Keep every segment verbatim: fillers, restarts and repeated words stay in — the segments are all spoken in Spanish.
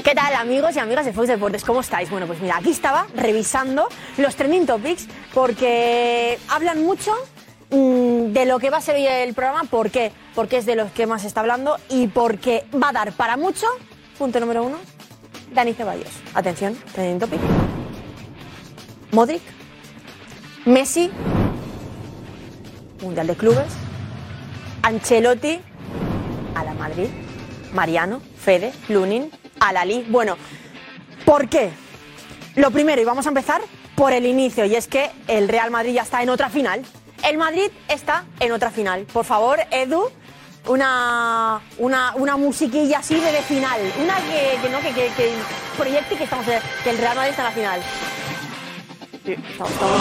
¿Qué tal, amigos y amigas de Fox Deportes? ¿Cómo estáis? Bueno, pues mira, aquí estaba revisando los trending topics porque hablan mucho mmm, de lo que va a ser hoy el programa. ¿Por qué? Porque es de los que más se está hablando y porque va a dar para mucho. Punto número uno, Dani Ceballos. Atención, trending topic. Modric, Messi, Mundial de Clubes, Ancelotti, a la Madrid, Mariano, Fede, Lunin, Al-Ali. Bueno, ¿por qué? Lo primero, y vamos a empezar por el inicio, y es que el Real Madrid ya está en otra final. El Madrid está en otra final. Por favor, Edu, una una, una musiquilla así de, de final. Una que, que no, que, que, que proyecte que, estamos, que el Real Madrid está en la final. Sí, estamos, estamos...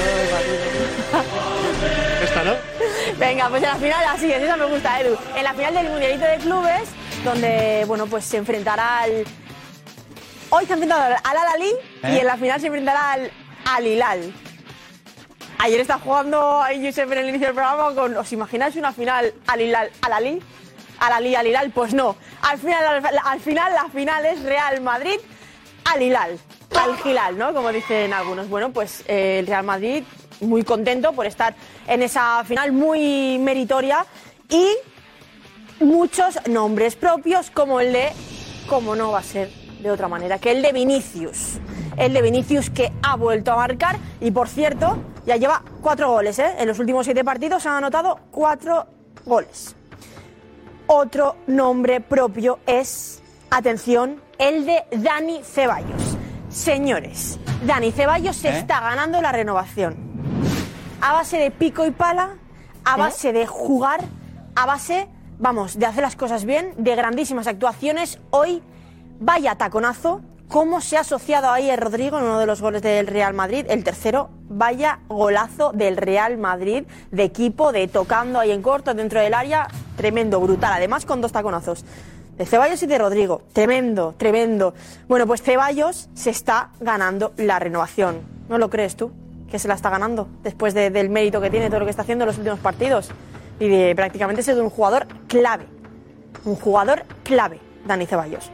¿Esta no? Venga, pues en la final así es, esa me gusta, Edu. En la final del Mundialito de Clubes, donde, bueno, pues se enfrentará al... Hoy se ha enfrentado al Al-Ali ¿Eh? y en la final se enfrentará al Al-Hilal. Ayer está jugando ahí Josep en el inicio del programa con... ¿Os imagináis una final Al-Hilal, Al-Ali? Al-Ali, Al-Hilal, pues no. Al final, al, al final, la final es Real Madrid, Al-Hilal. Al-Hilal, ¿no? Como dicen algunos. Bueno, pues eh, el Real Madrid muy contento por estar en esa final muy meritoria y muchos nombres propios como el de, como no va a ser de otra manera, que el de Vinicius. El de Vinicius que ha vuelto a marcar y, por cierto, ya lleva cuatro goles, ¿eh? En los últimos siete partidos han anotado cuatro goles. Otro nombre propio es, atención, el de Dani Ceballos. Señores, Dani Ceballos se ¿Eh? está ganando la renovación. A base de pico y pala, a base ¿Eh? de jugar, a base, vamos, de hacer las cosas bien, de grandísimas actuaciones. Hoy, vaya taconazo, cómo se ha asociado ahí el Rodrigo en uno de los goles del Real Madrid. El tercero, vaya golazo del Real Madrid, de equipo, de tocando ahí en corto, dentro del área. Tremendo, brutal, además con dos taconazos. De Ceballos y de Rodrigo. Tremendo, tremendo. Bueno, pues Ceballos se está ganando la renovación. ¿No lo crees tú? Que se la está ganando después de, del mérito que tiene todo lo que está haciendo en los últimos partidos. Y de prácticamente ser un jugador clave. Un jugador clave, Dani Ceballos.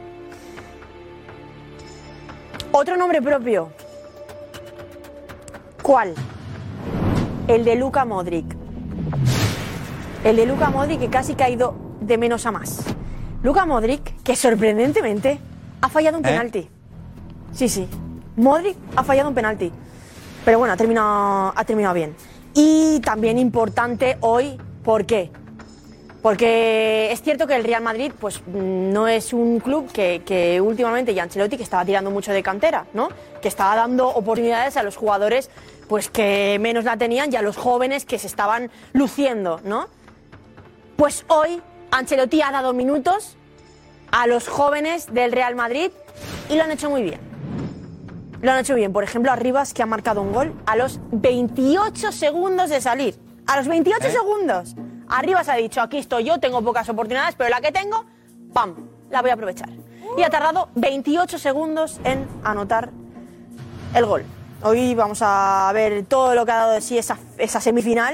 Otro nombre propio. ¿Cuál? El de Luka Modric. El de Luka Modric que casi que ha ido de menos a más. Luka Modric, que sorprendentemente ha fallado un ¿Eh? penalti. Sí, sí. Modric ha fallado un penalti. Pero bueno, ha terminado, ha terminado bien. Y también importante hoy, ¿por qué? Porque es cierto que el Real Madrid pues no es un club que, que últimamente, y Ancelotti, que estaba tirando mucho de cantera, ¿no? Que estaba dando oportunidades a los jugadores pues que menos la tenían y a los jóvenes que se estaban luciendo, ¿no? Pues hoy Ancelotti ha dado minutos a los jóvenes del Real Madrid y lo han hecho muy bien. Lo han hecho bien. Por ejemplo, a Rivas, que ha marcado un gol a los veintiocho segundos de salir. A los veintiocho ¿Eh? segundos. A Rivas ha dicho, aquí estoy yo, tengo pocas oportunidades, pero la que tengo, ¡pam!, la voy a aprovechar. Y ha tardado veintiocho segundos en anotar el gol. Hoy vamos a ver todo lo que ha dado de sí esa, esa semifinal.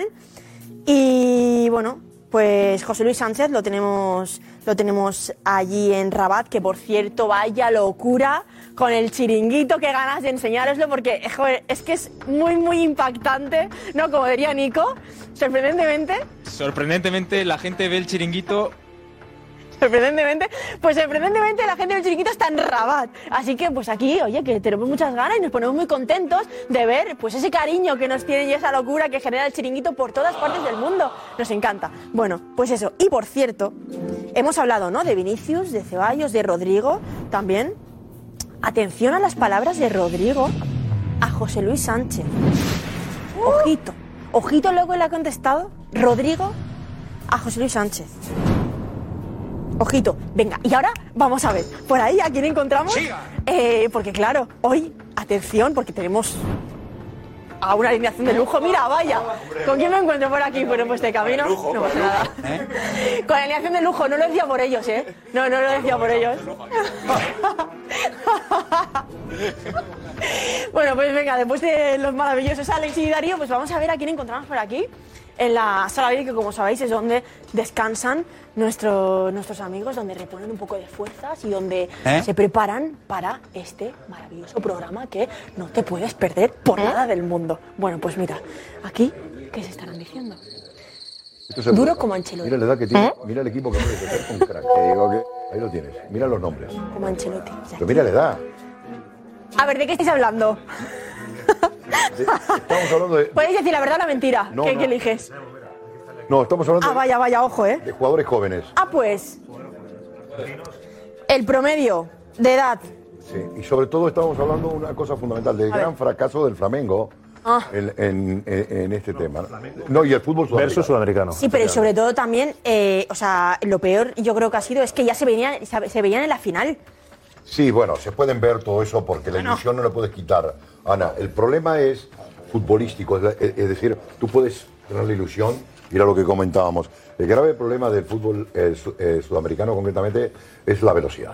Y bueno, pues José Luis Sánchez lo tenemos, lo tenemos allí en Rabat, que por cierto, vaya locura con el chiringuito, que ganas de enseñároslo, porque joder, es que es muy, muy impactante, ¿no? Como diría Nico, sorprendentemente. Sorprendentemente la gente ve el chiringuito. Sorprendentemente, pues sorprendentemente la gente del chiringuito está en Rabat. Así que pues aquí, oye, que tenemos muchas ganas y nos ponemos muy contentos de ver pues ese cariño que nos tiene y esa locura que genera el chiringuito por todas partes del mundo. Nos encanta. Bueno, pues eso. Y por cierto, hemos hablado, ¿no? De Vinicius, de Ceballos, de Rodrigo también. Atención a las palabras de Rodrigo a José Luis Sánchez. Ojito, ojito luego le ha contestado Rodrigo a José Luis Sánchez. Ojito, venga, y ahora vamos a ver, por ahí a quién encontramos, eh, porque claro, hoy, atención, porque tenemos a una alineación de lujo, mira, vaya, ¿con quién me encuentro por aquí? Bueno, pues de camino, no pasa nada. ¿Eh? Con alineación de lujo, no lo decía por ellos, ¿eh? No, no lo decía por ellos. Bueno, pues venga, después de los maravillosos Alex y Darío, pues vamos a ver a quién encontramos por aquí. en la sala V I P, que como sabéis es donde descansan nuestro, nuestros amigos, donde reponen un poco de fuerzas y donde ¿Eh? se preparan para este maravilloso programa que no te puedes perder por ¿Eh? nada del mundo. Bueno, pues mira, aquí, ¿qué se estarán diciendo? Duro como Ancelotti. Mira la edad que tiene, ¿Eh? mira el equipo que puede ser un crack. Te digo que ahí lo tienes. Mira los nombres. Como Ancelotti. Pero mira la edad. A ver, ¿de qué estáis hablando? Sí, estamos hablando de... ¿Podéis decir la verdad o la mentira? No, ¿Qué, no. ¿Qué eliges? No, estamos hablando Ah, vaya, vaya, ojo, ¿eh? de jugadores jóvenes. Ah, pues... El promedio de edad. Sí, y sobre todo estamos hablando de una cosa fundamental, del gran fracaso del Flamengo ah. en, en, en este tema. No, y el fútbol sudamericano. Versus sudamericano. Sí, pero y sobre todo también, eh, o sea, lo peor yo creo que ha sido es que ya se veían, se veían en la final. Sí, bueno, se pueden ver todo eso porque la ilusión no la puedes quitar. Ana, el problema es futbolístico, es, es decir, tú puedes tener la ilusión, y era lo que comentábamos. El grave problema del fútbol eh, eh, sudamericano concretamente es la velocidad.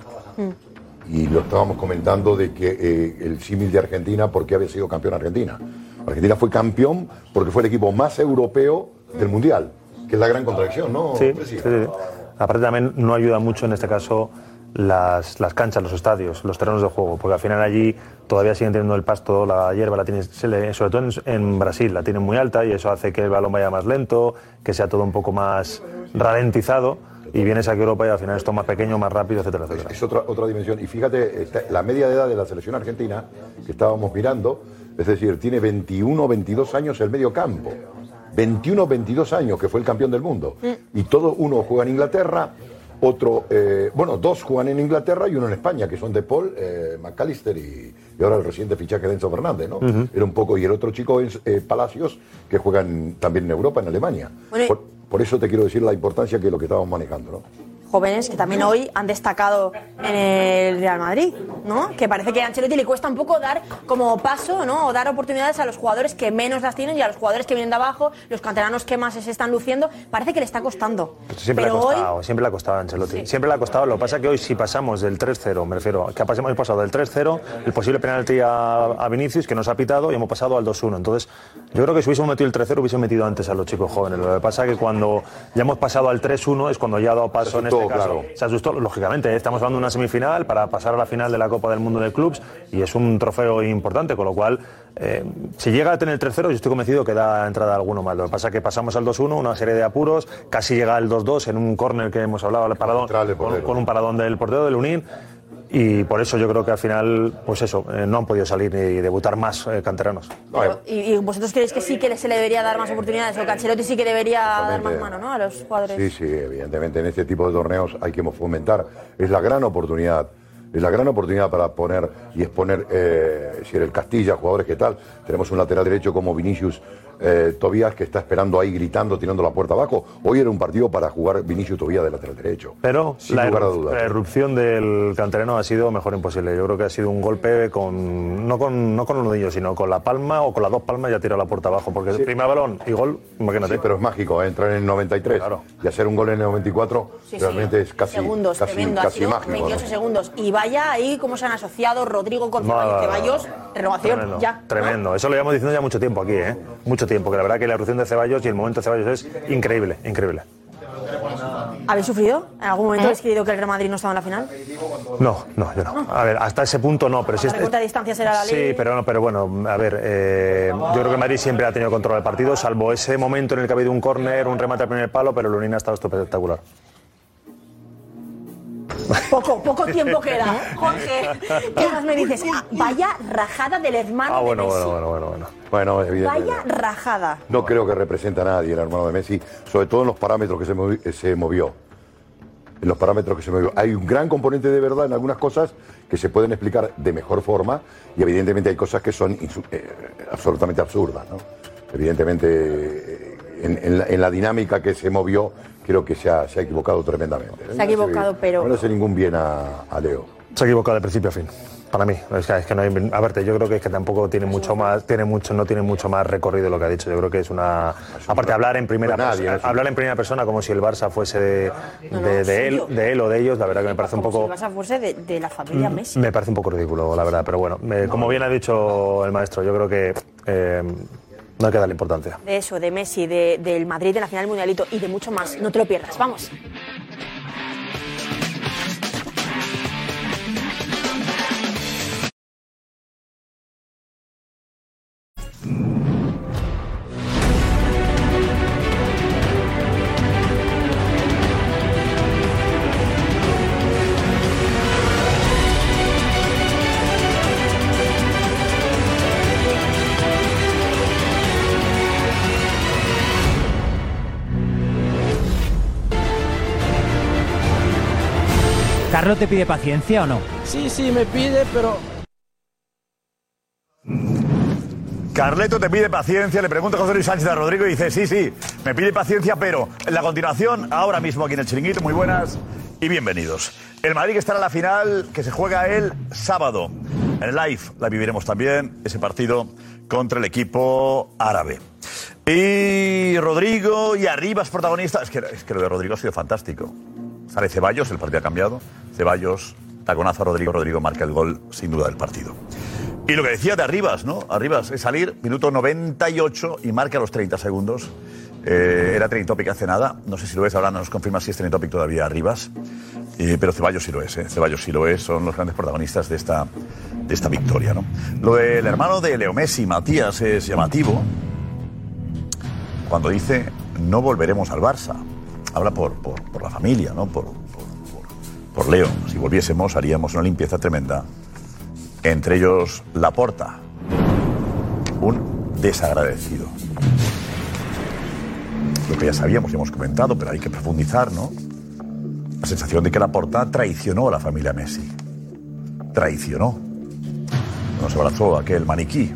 Mm. Y lo estábamos comentando de que eh, el símil de Argentina, ¿por qué había sido campeón Argentina? Argentina fue campeón porque fue el equipo más europeo del Mundial, que es la gran contradicción, ¿no? Sí, sí, sí. Aparte también no ayuda mucho en este caso las, las canchas, los estadios, los terrenos de juego, porque al final allí todavía siguen teniendo el pasto, la hierba la tienen, sobre todo en, en Brasil, la tienen muy alta y eso hace que el balón vaya más lento, que sea todo un poco más ralentizado. Y vienes aquí a Europa y al final esto es más pequeño, más rápido, etcétera, etcétera. Es, es otra, otra dimensión. Y fíjate, esta, la media de edad de la selección argentina, que estábamos mirando, es decir, tiene veintiuno, veintidós años el medio campo. veintiuno, veintidós años, que fue el campeón del mundo. Mm. Y todo uno juega en Inglaterra, otro, eh, bueno, dos juegan en Inglaterra y uno en España, que son De Paul, eh, McAllister y, y ahora el reciente fichaje de Enzo Fernández, ¿no? Uh-huh. Era un poco, y el otro chico es eh, Palacios, que juegan también en Europa, en Alemania. Bueno, por, por eso te quiero decir la importancia que es lo que estábamos manejando, ¿no? Jóvenes que también hoy han destacado en el Real Madrid, ¿no? Que parece que a Ancelotti le cuesta un poco dar como paso, ¿no? O dar oportunidades a los jugadores que menos las tienen y a los jugadores que vienen de abajo, los canteranos que más se están luciendo. Parece que le está costando. Siempre Pero le ha costado, hoy... siempre le ha costado a Ancelotti. Sí. Siempre le ha costado. Lo que pasa es que hoy si pasamos del tres cero, me refiero, que hemos pasado del tres cero, el posible penalti a, a Vinicius, que nos ha pitado, y hemos pasado al dos uno. Entonces, yo creo que si hubiésemos metido el tres cero, hubiésemos metido antes a los chicos jóvenes. Lo que pasa es que cuando ya hemos pasado al tres uno es cuando ya ha dado paso en este caso. Claro. Se asustó. Lógicamente, estamos hablando de una semifinal para pasar a la final de la Copa del Mundo de Clubs y es un trofeo importante, con lo cual, eh, si llega a tener el tres cero, yo estoy convencido que da entrada a alguno más. Lo que pasa es que pasamos al dos uno, una serie de apuros, casi llega al dos dos en un córner que hemos hablado, el paradón, con, con un paradón del portero del Lunin. Y por eso yo creo que al final, pues eso, eh, no han podido salir ni debutar más eh, canteranos. Pero, ¿y, ¿Y vosotros creéis que sí que se le debería dar más oportunidades? O que Ancelotti sí que debería dar más mano, ¿no? A los jugadores. Sí, sí, evidentemente en este tipo de torneos hay que fomentar. Es la gran oportunidad. Es la gran oportunidad para poner y exponer, eh, si era el Castilla, jugadores que tal. Tenemos un lateral derecho como Vinicius eh, Tobías, que está esperando ahí gritando, tirando la puerta abajo. Hoy era un partido para jugar Vinicius Tobías de lateral derecho. Pero sin la, lugar a irru- dudas. la irrupción del canterano ha sido mejor imposible. Yo creo que ha sido un golpe con no con no con un nudillo, sino con la palma o con las dos palmas ya tira la puerta abajo. Porque sí. Primer balón y gol, imagínate. Sí, pero es mágico, ¿eh? Entrar en el noventa y tres claro. y hacer un gol en el noventa y cuatro sí, realmente sí. es casi, segundos, casi, tremendo, casi ha sido mágico. veintiocho ¿no? segundos. Y vaya ahí cómo se han asociado Rodrigo con Ceballos. Ceballos, renovación, tremendo, ya. Tremendo. ¿no? Eso lo llevamos diciendo ya mucho tiempo aquí, ¿eh? Mucho tiempo. Que la verdad que la irrupción de Ceballos y el momento de Ceballos es increíble, increíble. ¿Habéis sufrido? ¿En algún momento habéis creído que el Real Madrid no estaba en la final? No, no, yo no. A ver, hasta ese punto no, pero sí. ¿A cuánta distancia será la ley? Sí, pero, no, pero bueno, a ver, eh, yo creo que Madrid siempre ha tenido control del partido, salvo ese momento en el que ha habido un córner, un remate al primer palo, pero el Lunin ha estado espectacular. Poco, poco tiempo queda. Jorge, ¿qué más me dices? Ah, vaya rajada del hermano ah, bueno, de Messi. bueno, bueno, bueno, bueno. Bueno, evidentemente. Vaya rajada. No creo que represente a nadie el hermano de Messi, sobre todo en los parámetros que se, movi- se movió. En los parámetros que se movió. Hay un gran componente de verdad en algunas cosas que se pueden explicar de mejor forma y evidentemente hay cosas que son insu- eh, absolutamente absurdas, ¿no? Evidentemente eh, en, en, la, en la dinámica que se movió creo que se ha, se ha equivocado tremendamente. Se ha equivocado, no pero... No le hace ningún bien a, a Leo. Se ha equivocado de principio a fin. Para mí, es que, es que no hay, a verte, yo creo que es que tampoco tiene mucho más, tiene mucho, no tiene mucho más recorrido lo que ha dicho. Yo creo que es una, aparte de hablar en primera pues nadie, persona, hablar en primera persona como si el Barça fuese de, No, no, de, de sí, él, yo- de él o de ellos, la verdad que me parece un Como poco, si el Barça fuese de, de la familia Messi. me parece un poco ridículo, la verdad. Pero bueno, me- como bien ha dicho el maestro, yo creo que eh, No hay que darle importancia. De eso, de Messi, de, del Madrid en la final del Mundialito y de mucho más. No te lo pierdas. Vamos. ¿Carlo te pide paciencia o no? Sí, sí, me pide, pero... Carleto te pide paciencia, le pregunta a José Luis Sánchez a Rodrigo y dice, sí, sí, me pide paciencia, pero en la continuación, ahora mismo aquí en el Chiringuito, muy buenas y bienvenidos. El Madrid que estará en la final, que se juega el sábado. En el live la viviremos también, ese partido contra el equipo árabe. Y Rodrigo y Arribas protagonistas. Es que, es que lo de Rodrigo ha sido fantástico. Sale Ceballos, el partido ha cambiado. Ceballos, taconazo a Rodrigo. Rodrigo marca el gol, sin duda, del partido. Y lo que decía de Arribas, ¿no? Arribas es salir, minuto noventa y ocho y marca los treinta segundos. Eh, era trending topic hace nada. No sé si lo es, ahora no nos confirma si es trending topic todavía Arribas. Eh, pero Ceballos sí lo es, ¿eh? Ceballos sí lo es. Son los grandes protagonistas de esta, de esta victoria, ¿no? Lo del hermano de Leo Messi, Matías, es llamativo. Cuando dice, no volveremos al Barça. Habla por, por, por la familia, ¿no? Por, por, por, por Leo. Si volviésemos, haríamos una limpieza tremenda. Entre ellos, Laporta. Un desagradecido. Lo que ya sabíamos y hemos comentado, pero hay que profundizar, ¿no? La sensación de que Laporta traicionó a la familia Messi. Traicionó. Nos abrazó aquel maniquí.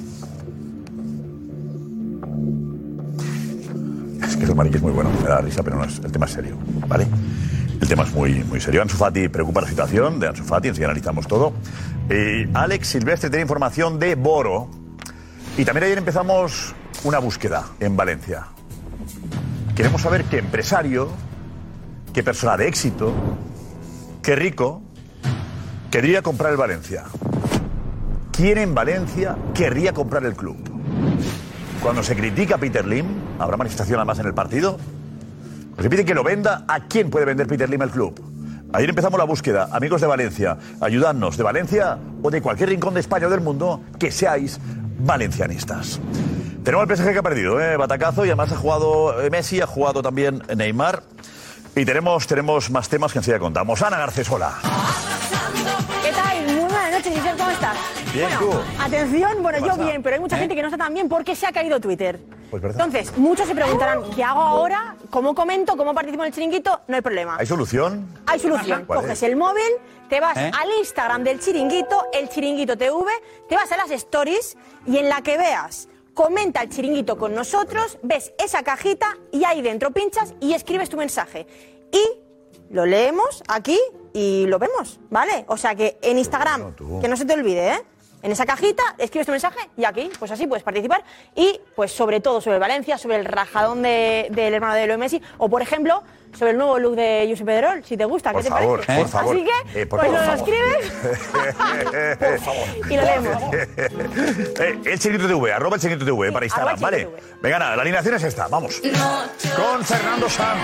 Es que el maniquí es muy bueno, me da risa, pero no es, el tema es serio, ¿vale? El tema es muy, muy serio. Ansu Fati preocupa la situación de Ansu Fati, enseguida analizamos todo. Eh, Alex Silvestre tiene información de Boro. Y también ayer empezamos una búsqueda en Valencia. Queremos saber qué empresario, qué persona de éxito, qué rico querría comprar el Valencia. ¿Quién en Valencia querría comprar el club? Cuando se critica a Peter Lim, ¿habrá manifestación además en el partido? Se pide que lo venda. ¿A quién puede vender Peter Lim el club? Ayer empezamos la búsqueda. Amigos de Valencia, ayudadnos, de Valencia o de cualquier rincón de España o del mundo, que seáis valencianistas. Tenemos al P S G que ha perdido, ¿eh? Batacazo, y además ha jugado Messi, ha jugado también Neymar. Y tenemos, tenemos más temas que enseguida contamos. Ana Garcesola. ¿Qué tal? Muy buenas noches, Giselle, ¿cómo estás? Bien, bueno, tú. Atención, bueno, yo pasa? bien, pero hay mucha ¿Eh? gente que no está tan bien porque se ha caído Twitter. Pues verdad. Entonces, muchos se preguntarán, ¿qué hago ahora? ¿Cómo comento? ¿Cómo participo en el chiringuito? No hay problema. ¿Hay solución? Hay solución. ¿Cuál Coges es? el móvil, te vas ¿Eh? al Instagram del chiringuito, el chiringuito T V, te vas a las stories y en la que veas, comenta el chiringuito con nosotros, ves esa cajita y ahí dentro pinchas y escribes tu mensaje. Y lo leemos aquí y lo vemos, ¿vale? O sea que en Instagram, no, que no se te olvide, ¿eh? En esa cajita escribes tu mensaje y aquí, pues así puedes participar. Y pues sobre todo sobre Valencia, sobre el rajadón de, del hermano de Leo Messi, o por ejemplo, sobre el nuevo look de Josep Pedrerol, si te gusta, Por ¿qué te favor, parece? por favor. Así que, Eh, por pues favor. nos lo escribes Por favor. y lo leemos. Eh, el Chiringuito T V, arroba el Chiringuito T V para Instagram, arroba el ¿vale? Chiringuito Venga, nada, la alineación es esta, vamos. Con Fernando Sanz,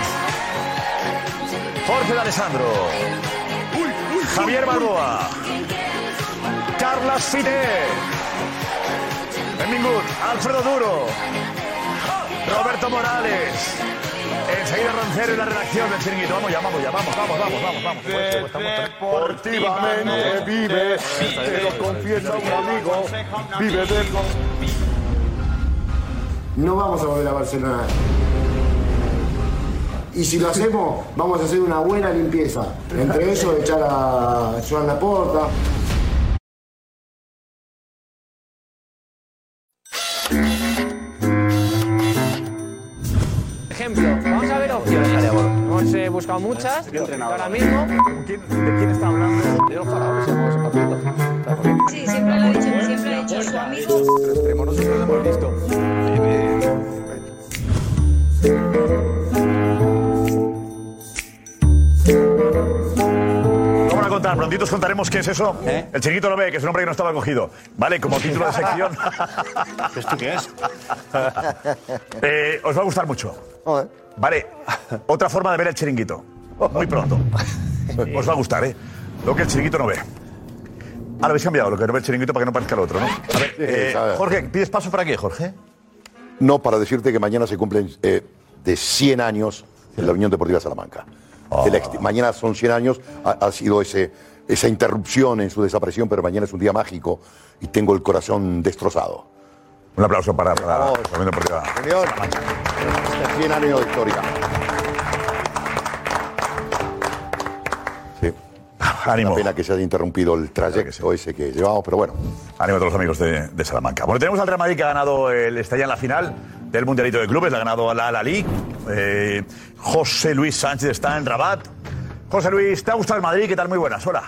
Jorge de Alessandro, Javier Balboa, Carlas Fite, Benvingut, Alfredo Duro, Roberto Morales. Enseguida Roncero en la redacción del Chiringuito. Vamos ya, vamos ya, vamos, vamos, vamos, vamos, vamos. Deportivamente vive, te lo confiesa un amigo, vive de... No vamos a volver a Barcelona. Y si lo hacemos, vamos a hacer una buena limpieza. Entre eso, echar a Joan Laporta. Ejemplo, vamos a ver opciones. Hemos eh, buscado muchas, ahora mismo. ¿Quién, ¿De quién está hablando? Diego Faraón, ese juego, ese papito. Sí, siempre lo ha dicho, siempre ha dicho su amigo. Extremo, nosotros lo hemos visto. Vamos a contar prontito momentos contaremos qué es eso. ¿Eh? El Chiringuito lo ve, que es un hombre que no estaba cogido. Vale, como título de sección. ¿Esto qué es? eh, os va a gustar mucho. Joder. Vale, otra forma de ver el Chiringuito. Muy pronto. Os va a gustar, ¿eh? Lo que el Chiringuito no ve. Ah, lo habéis cambiado, lo que no ve el Chiringuito para que no parezca el otro, ¿no? A ver, eh, Jorge, ¿pides paso para qué, Jorge? No, para decirte que mañana se cumplen eh, de cien años en la Unión Deportiva Salamanca. Oh. El ex, mañana son cien años, ha, ha sido ese, esa interrupción en su desaparición, pero mañana es un día mágico y tengo el corazón destrozado. Un aplauso para, para la Unión Deportiva Salamanca. Este cien años de historia. Sí. Ánimo. Una pena que se haya interrumpido el trayecto que sí. ese que llevamos, pero bueno. Ánimo a todos los amigos de, de Salamanca. Bueno, tenemos al Real Madrid que ha ganado el Estella en la final del Mundialito de Clubes, le ha ganado a la Al-Ahly. Eh, José Luis Sánchez está en Rabat. José Luis, ¿te ha gustado el Madrid? ¿Qué tal? Muy buenas, hola.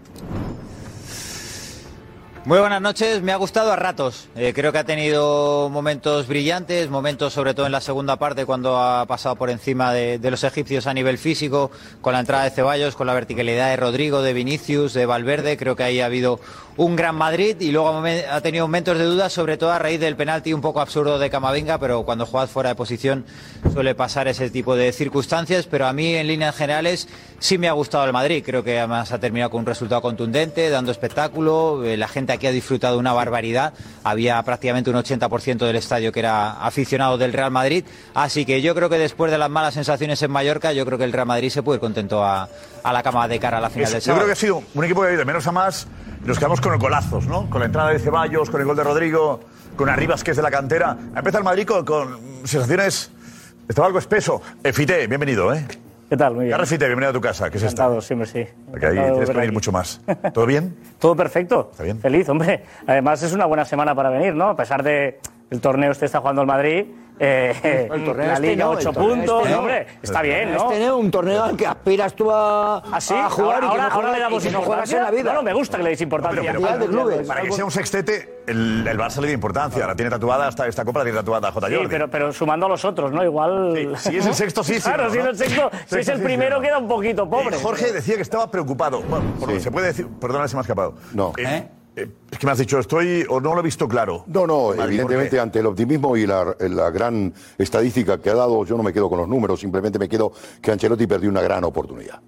Muy buenas noches, me ha gustado a ratos. Eh, creo que ha tenido momentos brillantes, momentos sobre todo en la segunda parte cuando ha pasado por encima de, de los egipcios a nivel físico, con la entrada de Ceballos, con la verticalidad de Rodrigo, de Vinicius, de Valverde. Creo que ahí ha habido un gran Madrid y luego ha tenido momentos de duda, sobre todo a raíz del penalti un poco absurdo de Camavinga, pero cuando juegas fuera de posición suele pasar ese tipo de circunstancias. Pero a mí en líneas generales sí me ha gustado el Madrid. Creo que además ha terminado con un resultado contundente, dando espectáculo. Eh, la gente aquí ha disfrutado una barbaridad. Había prácticamente un ochenta por ciento del estadio que era aficionado del Real Madrid. Así que yo creo que después de las malas sensaciones en Mallorca, yo creo que el Real Madrid se puede ir contento a, a la cama de cara a la final es, del yo sábado. Yo creo que ha sido un equipo que ha ido de menos a más. Nos quedamos con los golazos, ¿no? Con la entrada de Ceballos, con el gol de Rodrigo, con Arribas, que es de la cantera. Empieza el Madrid con, con sensaciones... Estaba algo espeso. Eh, Fite, bienvenido, ¿eh? ¿Qué tal? Muy bien. Carlos Fite, bienvenido a tu casa. ¿Qué es esto? Encantado, siempre sí. Porque ahí tienes que venir mucho más. ¿Todo bien? Todo perfecto. ¿Está bien? Feliz, hombre. Además es una buena semana para venir, ¿no? A pesar de el torneo este está jugando el Madrid... Eh, el torneo la este Liga, no, ocho puntos, este no. Hombre, está bien, ¿no? Este no, un torneo al que aspiras tú a, ¿Ah, sí? a jugar ahora, y que no ahora, juegas, ahora le damos y que no juegas en la vida. No, no, me gusta que le deis importancia. No, pero, pero, para, de clubes. Para que sea un sextete, el, el Barça le dio importancia. La tiene tatuada, hasta esta copa la tiene tatuada J. Jordi. Sí, pero, pero sumando a los otros, ¿no? Igual... Sí, si es el sexto, sí, sí. Claro, no, si es el sexto, ¿no? si es el primero, queda un poquito pobre. Eh, Jorge decía que estaba preocupado. Bueno, por sí. lo que se puede decir... Perdona si me ha escapado. No. Eh, ¿Eh? Eh, es que me has dicho, estoy o no lo he visto claro. No, no, Madrid, evidentemente ante el optimismo y la, la gran estadística que ha dado, yo no me quedo con los números, simplemente me quedo que Ancelotti perdió una gran oportunidad.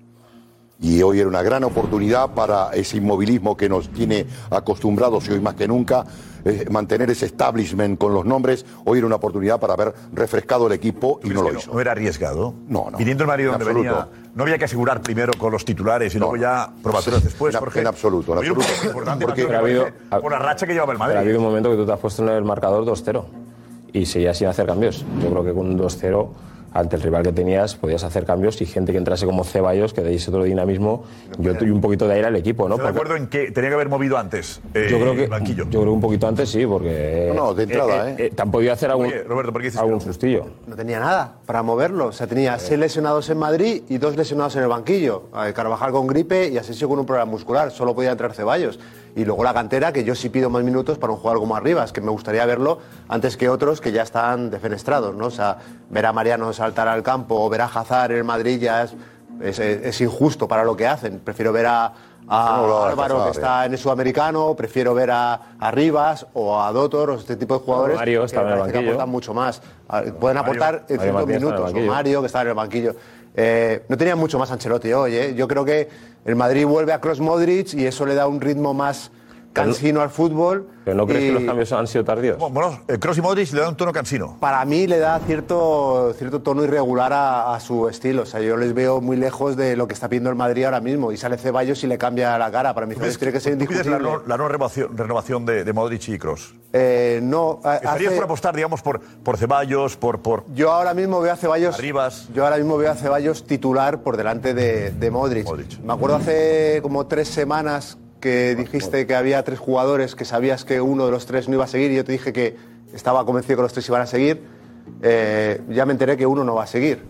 Y hoy era una gran oportunidad para ese inmovilismo que nos tiene acostumbrados y hoy más que nunca, eh, mantener ese establishment con los nombres. Hoy era una oportunidad para haber refrescado el equipo y no lo hizo. ¿No era arriesgado? No, no. Viniendo el Madrid donde absoluto. venía, no había que asegurar primero con los titulares y No, luego ya probaturas sí, después, en, Jorge. en absoluto, en absoluto. Importante, Porque pero ha habido, por la racha que llevaba el Madrid. Pero ha habido un momento que tú te has puesto en el marcador dos cero y seguías sin hacer cambios. Yo creo que con un dos cero ante el rival que tenías podías hacer cambios y gente que entrase como Ceballos, que deis otro dinamismo, yo tuve un poquito de aire al equipo, ¿no? ¿Estás de acuerdo en que tenía que haber movido antes eh, yo creo que el banquillo? Yo creo que un poquito antes sí, porque... No, no, de entrada, eh, eh, eh, te han podido hacer algún, Oye, Roberto, ¿por qué dices algún que no? sustillo. No tenía nada para moverlo. O sea, tenía seis lesionados en Madrid y dos lesionados en el banquillo. Carvajal con gripe y Asensio con un problema muscular. Solo podía entrar Ceballos. Y luego la cantera, que yo sí pido más minutos para un jugador como Arribas, que me gustaría verlo antes que otros que ya están defenestrados, ¿no? O sea, ver a Mariano saltar al campo o ver a Hazard en el Madrid ya es, es, es injusto para lo que hacen. Prefiero ver a, a no Álvaro, Hazard, que está eh. en el Sudamericano, prefiero ver a, a Rivas o a Dotor o este tipo de jugadores Mario que, estaba en el que banquillo. aportan mucho más. Pueden aportar en Mario ciertos Matías minutos, está en el o Mario, que está en el banquillo. Eh, no tenía mucho más Ancelotti hoy, ¿eh? Yo creo que el Madrid vuelve a Kroos, Modric y eso le da un ritmo más cansino al fútbol. ¿Pero no crees y que los cambios han sido tardíos? Bueno, eh, Kroos y Modric le dan un tono cansino. Para mí le da cierto, cierto tono irregular a, a su estilo. O sea, yo les veo muy lejos de lo que está pidiendo el Madrid ahora mismo. Y sale Ceballos y le cambia la cara. Para mí Ceballos tiene que ser indiscutible. ¿Pides la, no, la nueva renovación, renovación de, de Modric y Kroos? Eh, no. ¿Estarías por apostar, digamos, por, por Ceballos, por, por... Yo ahora mismo veo a Ceballos... Arribas. Yo ahora mismo veo a Ceballos titular por delante de, de Modric. Modric. Me acuerdo hace como tres semanas que dijiste que había tres jugadores que sabías que uno de los tres no iba a seguir y yo te dije que estaba convencido que los tres iban a seguir. Eh, ya me enteré que uno no va a seguir.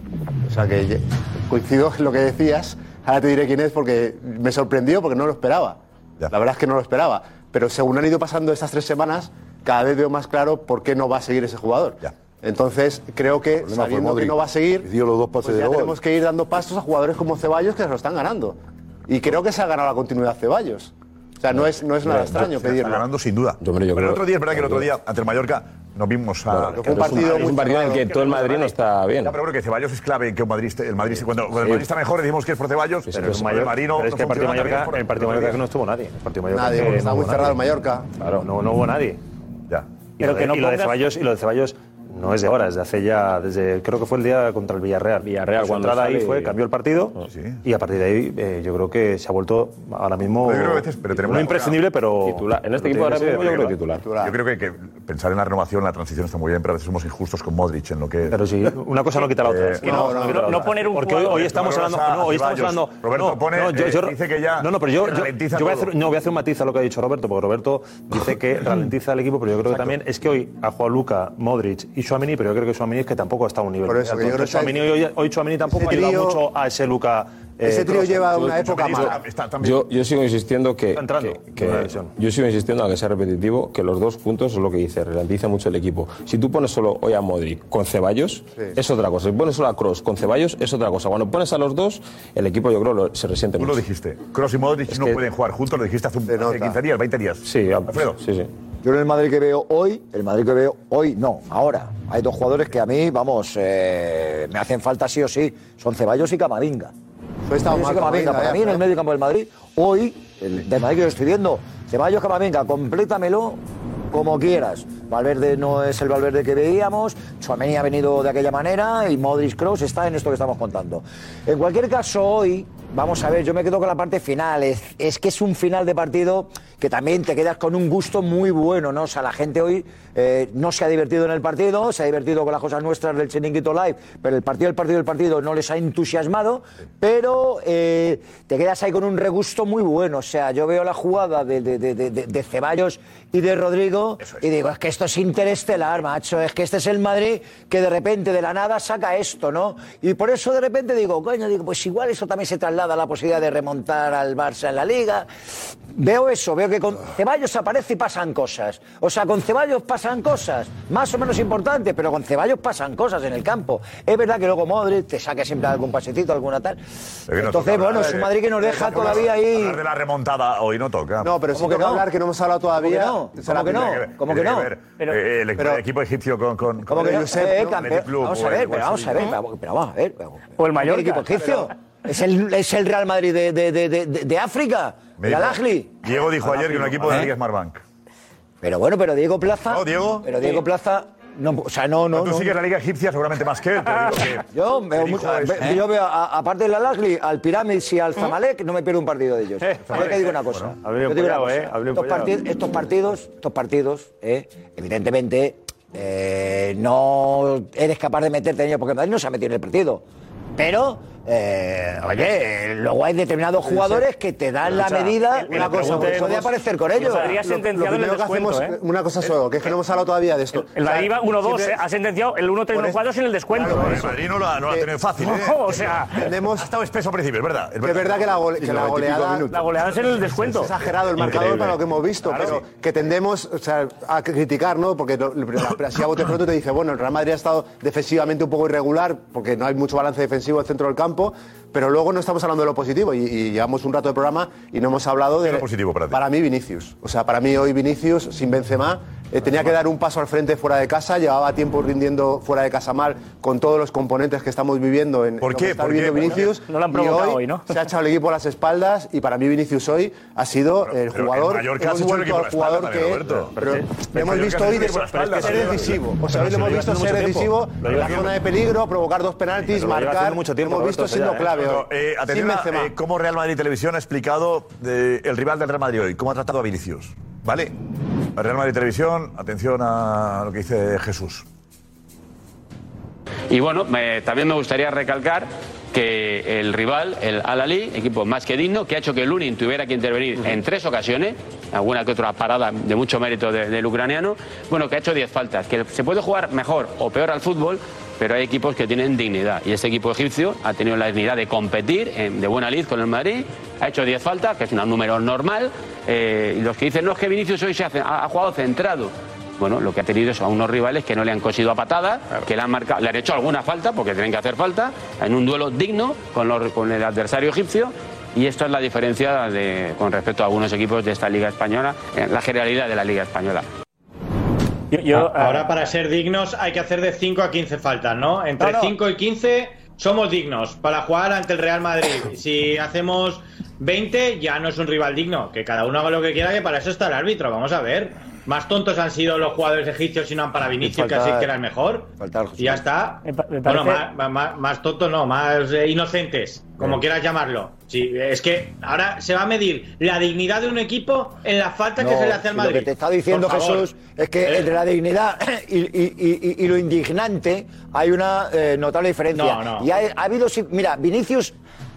O sea que coincido en lo que decías. Ahora te diré quién es porque me sorprendió porque no lo esperaba. Ya. La verdad es que no lo esperaba. Pero según han ido pasando estas tres semanas, cada vez veo más claro por qué no va a seguir ese jugador. Ya. Entonces creo que sabiendo que no va a seguir, dio los dos pases pues de ya gol. tenemos que ir dando pasos a jugadores como Ceballos que se lo están ganando. Y creo que se ha ganado la continuidad Ceballos. O sea, no es, no es nada extraño pedirlo. Está ganando sin duda. Yo, hombre, yo Pero el creo- otro día, es verdad que el otro día, ante el Mallorca, nos vimos a... Claro, un partido, es un partido en el que todo el Madrid no está bien. Ya, pero creo que Ceballos es clave en que un Madrid esté- el Madrid esté- cuando, cuando el Madrid está mejor decimos que es por Ceballos, Sí, pero pero el Mayor- Madrid no, pero es no que el partido funciona Mallorca, también el partido por- Mallorca que no estuvo nadie. El partido Mallorca Nadie, que porque no está hubo muy cerrado nadie. el Mallorca. Claro, no, no hubo nadie. Ya. Y lo, Pero de, que no y lo de pongas- Ceballos, y lo de Ceballos no es de ahora, es de hace ya, desde, creo que fue el día contra el Villarreal. Villarreal, Su cuando entrada ahí sale- fue, cambió el partido, Sí. y a partir de ahí eh, yo creo que se ha vuelto ahora mismo, Pero yo creo que a veces- pero tenemos no una- imprescindible, pero... Titular. En este pero equipo ahora tiene que mismo ser yo creo que regular. titular. Yo creo que, hay que pensar en la renovación, la transición está muy bien, pero a veces somos injustos con Modric en lo que... Pero sí, una cosa no quita la otra. Eh, Es que no, no, no, quita la no otra. poner un Porque hoy, jugador- hoy estamos hablando... Roberto No, hoy estamos Ceballos. hablando... Roberto no, pone, no, yo- eh, yo- dice que ya No, no, pero yo, yo, ralentiza yo voy a todo. hacer, no, voy a hacer un matiz a lo que ha dicho Roberto, porque Roberto dice que ralentiza el equipo, pero yo creo que también es que hoy ha jugado Luka, Modric y Tchouaméni, pero yo creo que Tchouaméni es que tampoco está a un nivel. Por eso, que yo creo que Tchouaméni hoy, hoy Tchouaméni tampoco ha ese ayudado trío- mucho a ese Luka. eh, Ese trío Kroos. lleva Yo- una época Tchouaméni mala. Está- está también- Yo, yo sigo insistiendo que, Está entrando que- en que- una lesión. yo sigo insistiendo a que sea repetitivo, que los dos puntos es lo que dice, ralentiza mucho el equipo. Si tú pones solo hoy a Modric con Ceballos, es otra cosa. Si pones solo a Kroos con Ceballos, es otra cosa. Cuando pones a los dos, el equipo yo creo lo- se resiente Tú lo mucho. dijiste. Kroos y Modric Es no que- pueden jugar juntos, lo dijiste hace, un, Se nota. hace quince días, veinte días. Sí, Alfredo. sí, sí. Yo en el Madrid que veo hoy, el Madrid que veo hoy, no, ahora. Hay dos jugadores que a mí, vamos, eh, me hacen falta sí o sí. Son Ceballos y Camavinga. Pues estaba Ceballos y mal Camavinga. Camavinga, Para ya, mí en el claro. medio campo del Madrid, hoy, el del Madrid que yo estoy viendo, Ceballos, Camavinga, complétamelo como quieras. Valverde no es el Valverde que veíamos, Tchouaméni ha venido de aquella manera y Modric, Kroos está en esto que estamos contando. En cualquier caso, hoy, vamos a ver, yo me quedo con la parte final. Es, es que es un final de partido que también te quedas con un gusto muy bueno, ¿no? O sea, la gente hoy eh, no se ha divertido en el partido, se ha divertido con las cosas nuestras del Chiringuito Live, pero el partido, el partido, el partido no les ha entusiasmado, pero eh, te quedas ahí con un regusto muy bueno. O sea, yo veo la jugada de, de, de, de, de Ceballos y de Rodrigo y digo, es que esto es interestelar, macho, es que este es el Madrid que de repente, de la nada, saca esto, ¿no? Y por eso de repente digo, coño, digo, pues igual eso también se traslada a la posibilidad de remontar al Barça en la Liga. Veo eso, veo que con Ceballos aparece y pasan cosas. O sea, con Ceballos pasan cosas, más o menos importantes, pero con Ceballos pasan cosas en el campo. Es verdad que luego Modric te saca siempre algún pasecito, alguna tal. Pero que no Entonces, toca bueno, hablar es un de- Madrid que nos deja hablar- todavía ahí... Hablar de la remontada hoy no toca. No, pero sí ¿Cómo que toca no? hablar que no hemos hablado todavía. ¿Cómo que no? O sea, la ¿Cómo que no? primera- ¿Cómo que no? ver, Pero- eh, el, pero- el equipo egipcio con... con ¿Cómo que Con no? Josep, Eh, ¿no? campeón. Athletic Club, Vamos o a ver, el pero vamos a ver, pero pero vamos a ver. O el Mallorca. equipo egipcio. Es el, es el Real Madrid de, de, de, de, de África, Me el dijo- Al-Ahly. Diego dijo ayer que un equipo de la ¿Eh? Liga Smartbank. Pero bueno, pero Diego Plaza... ¿No, Diego? Pero Diego Plaza... No, o sea, no, no, Tú no. sigues la Liga egipcia seguramente más que él, pero digo que... Yo veo, que mucho, dijo eso. ve- yo veo a- aparte del Al-Ahly, al Pyramids y al Zamalek, no me pierdo un partido de ellos. Eh, Mira que digo una cosa. Bueno, habría Yo digo una apoyado, cosa. eh, habría Estos, apoyado. partid- estos partidos, estos partidos, eh, evidentemente, eh, no eres capaz de meterte en ellos, porque Madrid no se ha metido en el partido. Pero, eh, oye, luego hay determinados jugadores que te dan la O sea, medida, una cosa, puede somos- aparecer con ellos. Madrid ha Lo, sentenciado lo en el primero que descuento, hacemos, ¿eh? una cosa solo, que es que no hemos hablado todavía de esto. El Madrid iba uno dos, siempre- ¿eh? Ha sentenciado el uno tres Por uno cuatro eso- sin el descuento. Claro, ¿eh? El Madrid no lo ha, no lo ha tenido fácil, ¿eh? No, o sea, Entendemos- Ha estado espeso al principio, es verdad. que es verdad que la, gole- que la goleada... la goleada es en el descuento. Es exagerado el marcador Increíble. para lo que hemos visto, Claro. pero que tendemos o sea, a criticar, ¿no? Porque lo- la- si a bote pronto te dice, bueno, el Real Madrid ha estado defensivamente un poco irregular, porque no hay mucho balance defensivo en el centro del campo, pero luego no estamos hablando de lo positivo y, y llevamos un rato de programa y no hemos hablado de ¿Qué es lo positivo para ti? Para mí Vinicius, o sea, para mí hoy Vinicius sin Benzema eh, tenía que dar un paso al frente fuera de casa, llevaba tiempo rindiendo fuera de casa mal con todos los componentes que estamos viviendo en ¿Por lo qué? que está ¿Por viviendo qué? Vinicius. No lo han y provocado hoy, hoy, ¿no? se ha echado el equipo a las espaldas y para mí Vinicius hoy ha sido el pero jugador, en Mallorca hemos has hecho el vuelto equipo a al la jugador espalda que también, es, Roberto. pero Pero le hemos Mallorca visto es hoy el equipo a la espalda, ser pero- decisivo, o sea, pero hoy se le lo hemos lleva visto haciendo ser mucho decisivo tiempo. Lo en lleva la haciendo- zona de peligro, provocar dos penaltis, Pero lo lleva marcar, haciendo mucho tiempo, hemos visto Roberto, siendo ya, ¿eh? clave hoy. Eh, Sin atención a Benzema. eh, cómo Real Madrid Televisión ha explicado eh, el rival del Real Madrid hoy, cómo ha tratado a Vinicius. ¿Vale? Real Madrid Televisión, atención a lo que dice Jesús. Y bueno, me- también me gustaría recalcar que el rival, el Al-Ahly, equipo más que digno, que ha hecho que Lunin tuviera que intervenir en tres ocasiones, alguna que otra parada de mucho mérito de- del ucraniano, bueno, que ha hecho diez faltas, que se puede jugar mejor o peor al fútbol, pero hay equipos que tienen dignidad, y este equipo egipcio ha tenido la dignidad de competir en- de buena lid con el Madrid, ha hecho diez faltas, que es un número normal, eh, y los que dicen, no, es que Vinicius hoy se ha, ha ha jugado centrado. Bueno, lo que ha tenido son unos rivales que no le han cosido a patadas, que le han marcado, le han hecho alguna falta, porque tienen que hacer falta, en un duelo digno con, los- con el adversario egipcio. Y esto es la diferencia de, con respecto a algunos equipos de esta Liga Española, en la generalidad de la Liga Española. Yo, yo, Ahora, para ser dignos, hay que hacer de cinco a quince faltas, ¿no? Entre no, no. cinco y quince somos dignos para jugar ante el Real Madrid. Si hacemos veinte, ya no es un rival digno. Que cada uno haga lo que quiera, que para eso está el árbitro. Vamos a ver. Más tontos han sido los jugadores egipcios y no han para Vinicius, falta, que así que era el mejor. Y ya está. Me, me bueno, más, más, más tontos no, más eh, inocentes, como sí. quieras llamarlo. Sí, es que ahora se va a medir la dignidad de un equipo en la falta no, que se le hace al Madrid. Lo que te está diciendo Jesús es que ¿Eh? entre la dignidad y, y, y, y lo indignante hay una eh, notable diferencia. No, no. Y ha, ha habido, mira, Vinicius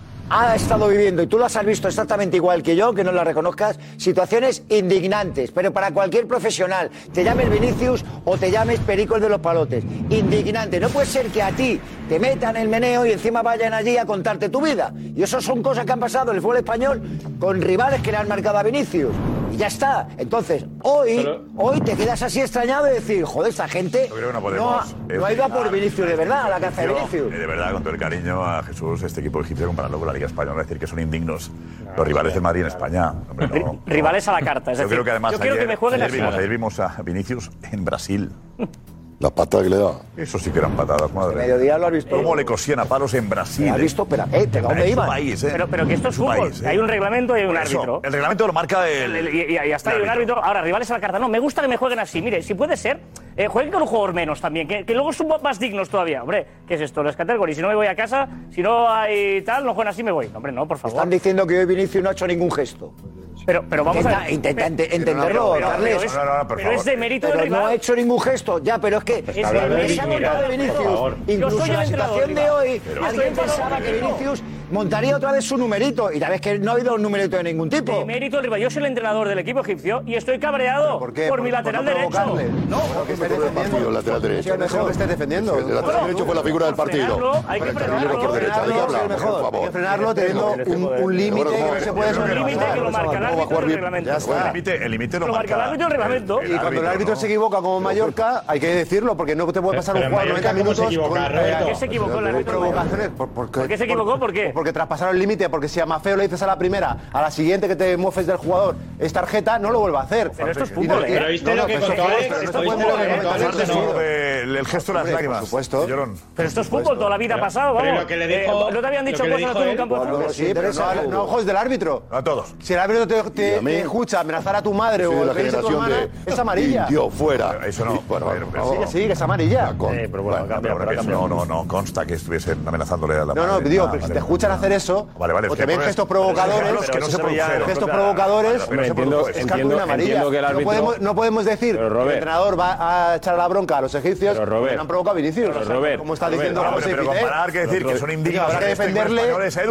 ha estado viviendo, y tú lo has visto exactamente igual que yo, que no la reconozcas, situaciones indignantes, pero para cualquier profesional, te llames Vinicius o te llames Perico el de los Palotes, indignante. No puede ser que a ti te metan el meneo y encima vayan allí a contarte tu vida. Y eso son cosas que han pasado en el fútbol español con rivales que le han marcado a Vinicius. Y ya está. Entonces, hoy, pero... hoy te quedas así extrañado de decir, joder, esta gente yo creo que no, podemos, no, no ha ido a por Vinicius de verdad, a la caza de Vinicius. De verdad, con todo el cariño a Jesús, este equipo egipcio compararlo con la Liga Española, decir que son indignos no, los rivales del Madrid en España. Hombre, no, no. Rivales a la carta, es yo decir, creo que además yo quiero ayer, que me jueguen ayer, así. vimos, ayer vimos a Vinicius en Brasil. Las patadas que le da. Eso sí que eran patadas, madre. Mediodía lo has visto. ¿Cómo le cosían a palos en Brasil? ¿Has visto? Pero, eh, ¿de dónde iban? País, eh. Pero, pero que esto es fútbol. País, eh. Hay un reglamento y hay un Por árbitro. Eso, el reglamento lo marca el. el, el y, y ya está, hay un árbitro. Ahora, rivales a la carta. No, me gusta que me jueguen así. Mire, si puede ser, eh, jueguen con un jugador menos también. Que, que luego son más dignos todavía. Hombre, ¿qué es esto? Los categories. Si no me voy a casa, si no hay tal, no juegan así, me voy. Hombre, no, por favor. Están diciendo que hoy Vinicius no ha hecho ningún gesto. Pero, pero vamos intenta, a ver. Intenta ent entenderlo, pero, Carles. Pero, es, no, no, no, pero es de mérito pero del rival. no ha hecho ningún gesto, ya, pero es que es de se ha notado de Vinicius. Incluso en la situación de hoy, pero alguien pensaba que Vinicius montaría otra vez su numerito. Y ya ves que no ha habido un numerito de ningún tipo. De mérito del rival. Yo soy el entrenador del equipo egipcio y estoy cabreado ¿Por, qué? por ¿Por mi lateral por no derecho. No, porque esté defendiendo. El lateral derecho. No es lo que esté defendiendo. El lateral derecho fue la figura del partido. Hay que frenarlo por derecha. Hay que hablar, por favor. Hay que frenarlo teniendo un límite que no se puede sobrepasar. Un límite que lo marca el árbitro del reglamento. El límite lo marca el árbitro del reglamento. Y cuando el árbitro se equivoca como Mallorca, hay que decirlo, porque no te puede pasar un jugador noventa minutos. ¿Por qué se equivocó el árbitro? Provocaciones. ¿Por qué se equivocó? ¿Por qué? Porque traspasaron el límite, porque si a Mafeo le dices a la primera, a la siguiente que te mueves del jugador, es tarjeta, no lo vuelve a hacer. Pero esto es fútbol, ¿eh? Pero viste lo que contó Alex. Esto es fútbol. El gesto de las lágrimas. Por supuesto. Pero esto es fútbol, toda la vida ha pasado, vamos. Pero lo que le dijo. ¿No te habían dicho cosas en un campo de fútbol? Sí, pero no ojos del árbitro. A todos. Si el árbitro te escucha amenazar a tu madre o la generación de es amarilla. Dios fuera. Eso no. Bueno, sí, sí, que es amarilla. Pero bueno, no, no, no consta que estuviesen amenazándole a la madre. No, no, digo, pero si te escuchan hacer eso, o te ven gestos provocadores, que no se produjeron. gestos provocadores, es cartulina amarilla. No podemos decir que el entrenador va a echar la bronca a los egipcios porque no han provocado a Vinicius. Como está diciendo José Pero comparar, que decir que son indignos. Habrá que defenderle.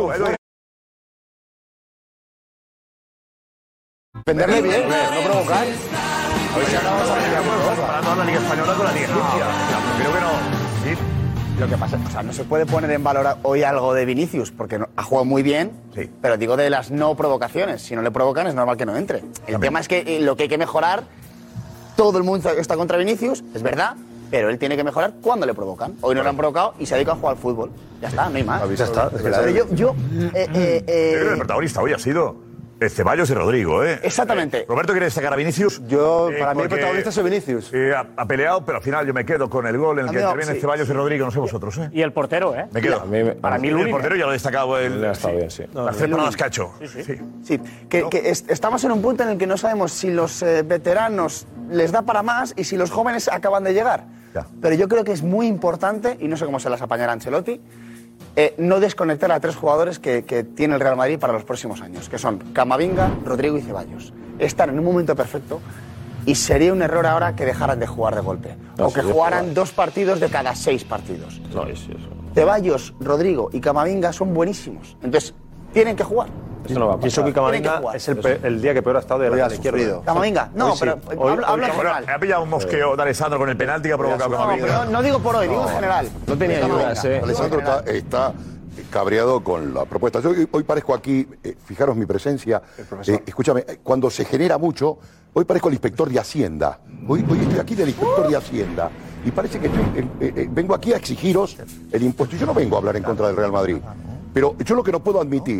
Defenderle bien, no provocar. Hoy se acaba de acuerdo comparando a la Liga Española con la Liga Egipcia. Creo que no. Sí. Lo que pasa, o sea, no se puede poner en valor hoy algo de Vinicius porque no, ha jugado muy bien, sí. Pero digo de las no provocaciones. Si no le provocan es normal que no entre. El También. tema es que eh, lo que hay que mejorar, todo el mundo está contra Vinicius, es verdad, pero él tiene que mejorar cuando le provocan. Hoy no le han provocado y se dedica a jugar al fútbol. Ya está, no hay más. Ya está. Es pero yo, yo, eh, eh, eh, yo creo que el protagonista hoy ha sido Ceballos y Rodrigo, ¿eh? Exactamente. Eh, Roberto quiere destacar a Vinicius. Yo, para eh, mí, el protagonista es Vinicius. Eh, ha, ha peleado, pero al final yo me quedo con el gol en el que intervienen sí. Ceballos y Rodrigo, no sé vosotros, ¿eh? Y el portero, ¿eh? Me quedo. A mí, para mí, el, el portero ya lo ha destacado. El, le ha estado sí. bien, sí. No, las tres paradas que ha hecho. Sí, sí. sí. sí. Que, no. que est estamos en un punto en el que no sabemos si los eh, veteranos les da para más y si los jóvenes acaban de llegar. Ya. Pero yo creo que es muy importante, y no sé cómo se las apañará Ancelotti, Eh, no desconectar a tres jugadores que, que tiene el Real Madrid para los próximos años, que son Camavinga, Rodrigo y Ceballos. Están en un momento perfecto y sería un error ahora que dejaran de jugar de golpe. No, o que sí, jugaran dos partidos de cada seis partidos. No, es eso. Ceballos, Rodrigo y Camavinga son buenísimos. Entonces, tienen que jugar. Eso no va a pasar. Pienso que Camavinga es el, pe el día que peor ha estado de la izquierda. Camavinga, no, sí. pero hoy, habla, habla hoy, en general. Ha pillado un mosqueo de Alessandro con el penalti que ha provocado Camavinga. No, pero no digo por hoy, no, digo en general. No tenía ayudas, eh. Alessandro está, está cabreado con la propuesta. Yo hoy, hoy parezco aquí, eh, fijaros mi presencia, eh, escúchame, cuando se genera mucho, hoy parezco el inspector de Hacienda. Hoy, hoy estoy aquí del inspector de Hacienda. Y parece que estoy, eh, eh, vengo aquí a exigiros el impuesto. Yo no vengo a hablar en contra del Real Madrid. Pero yo lo que no puedo admitir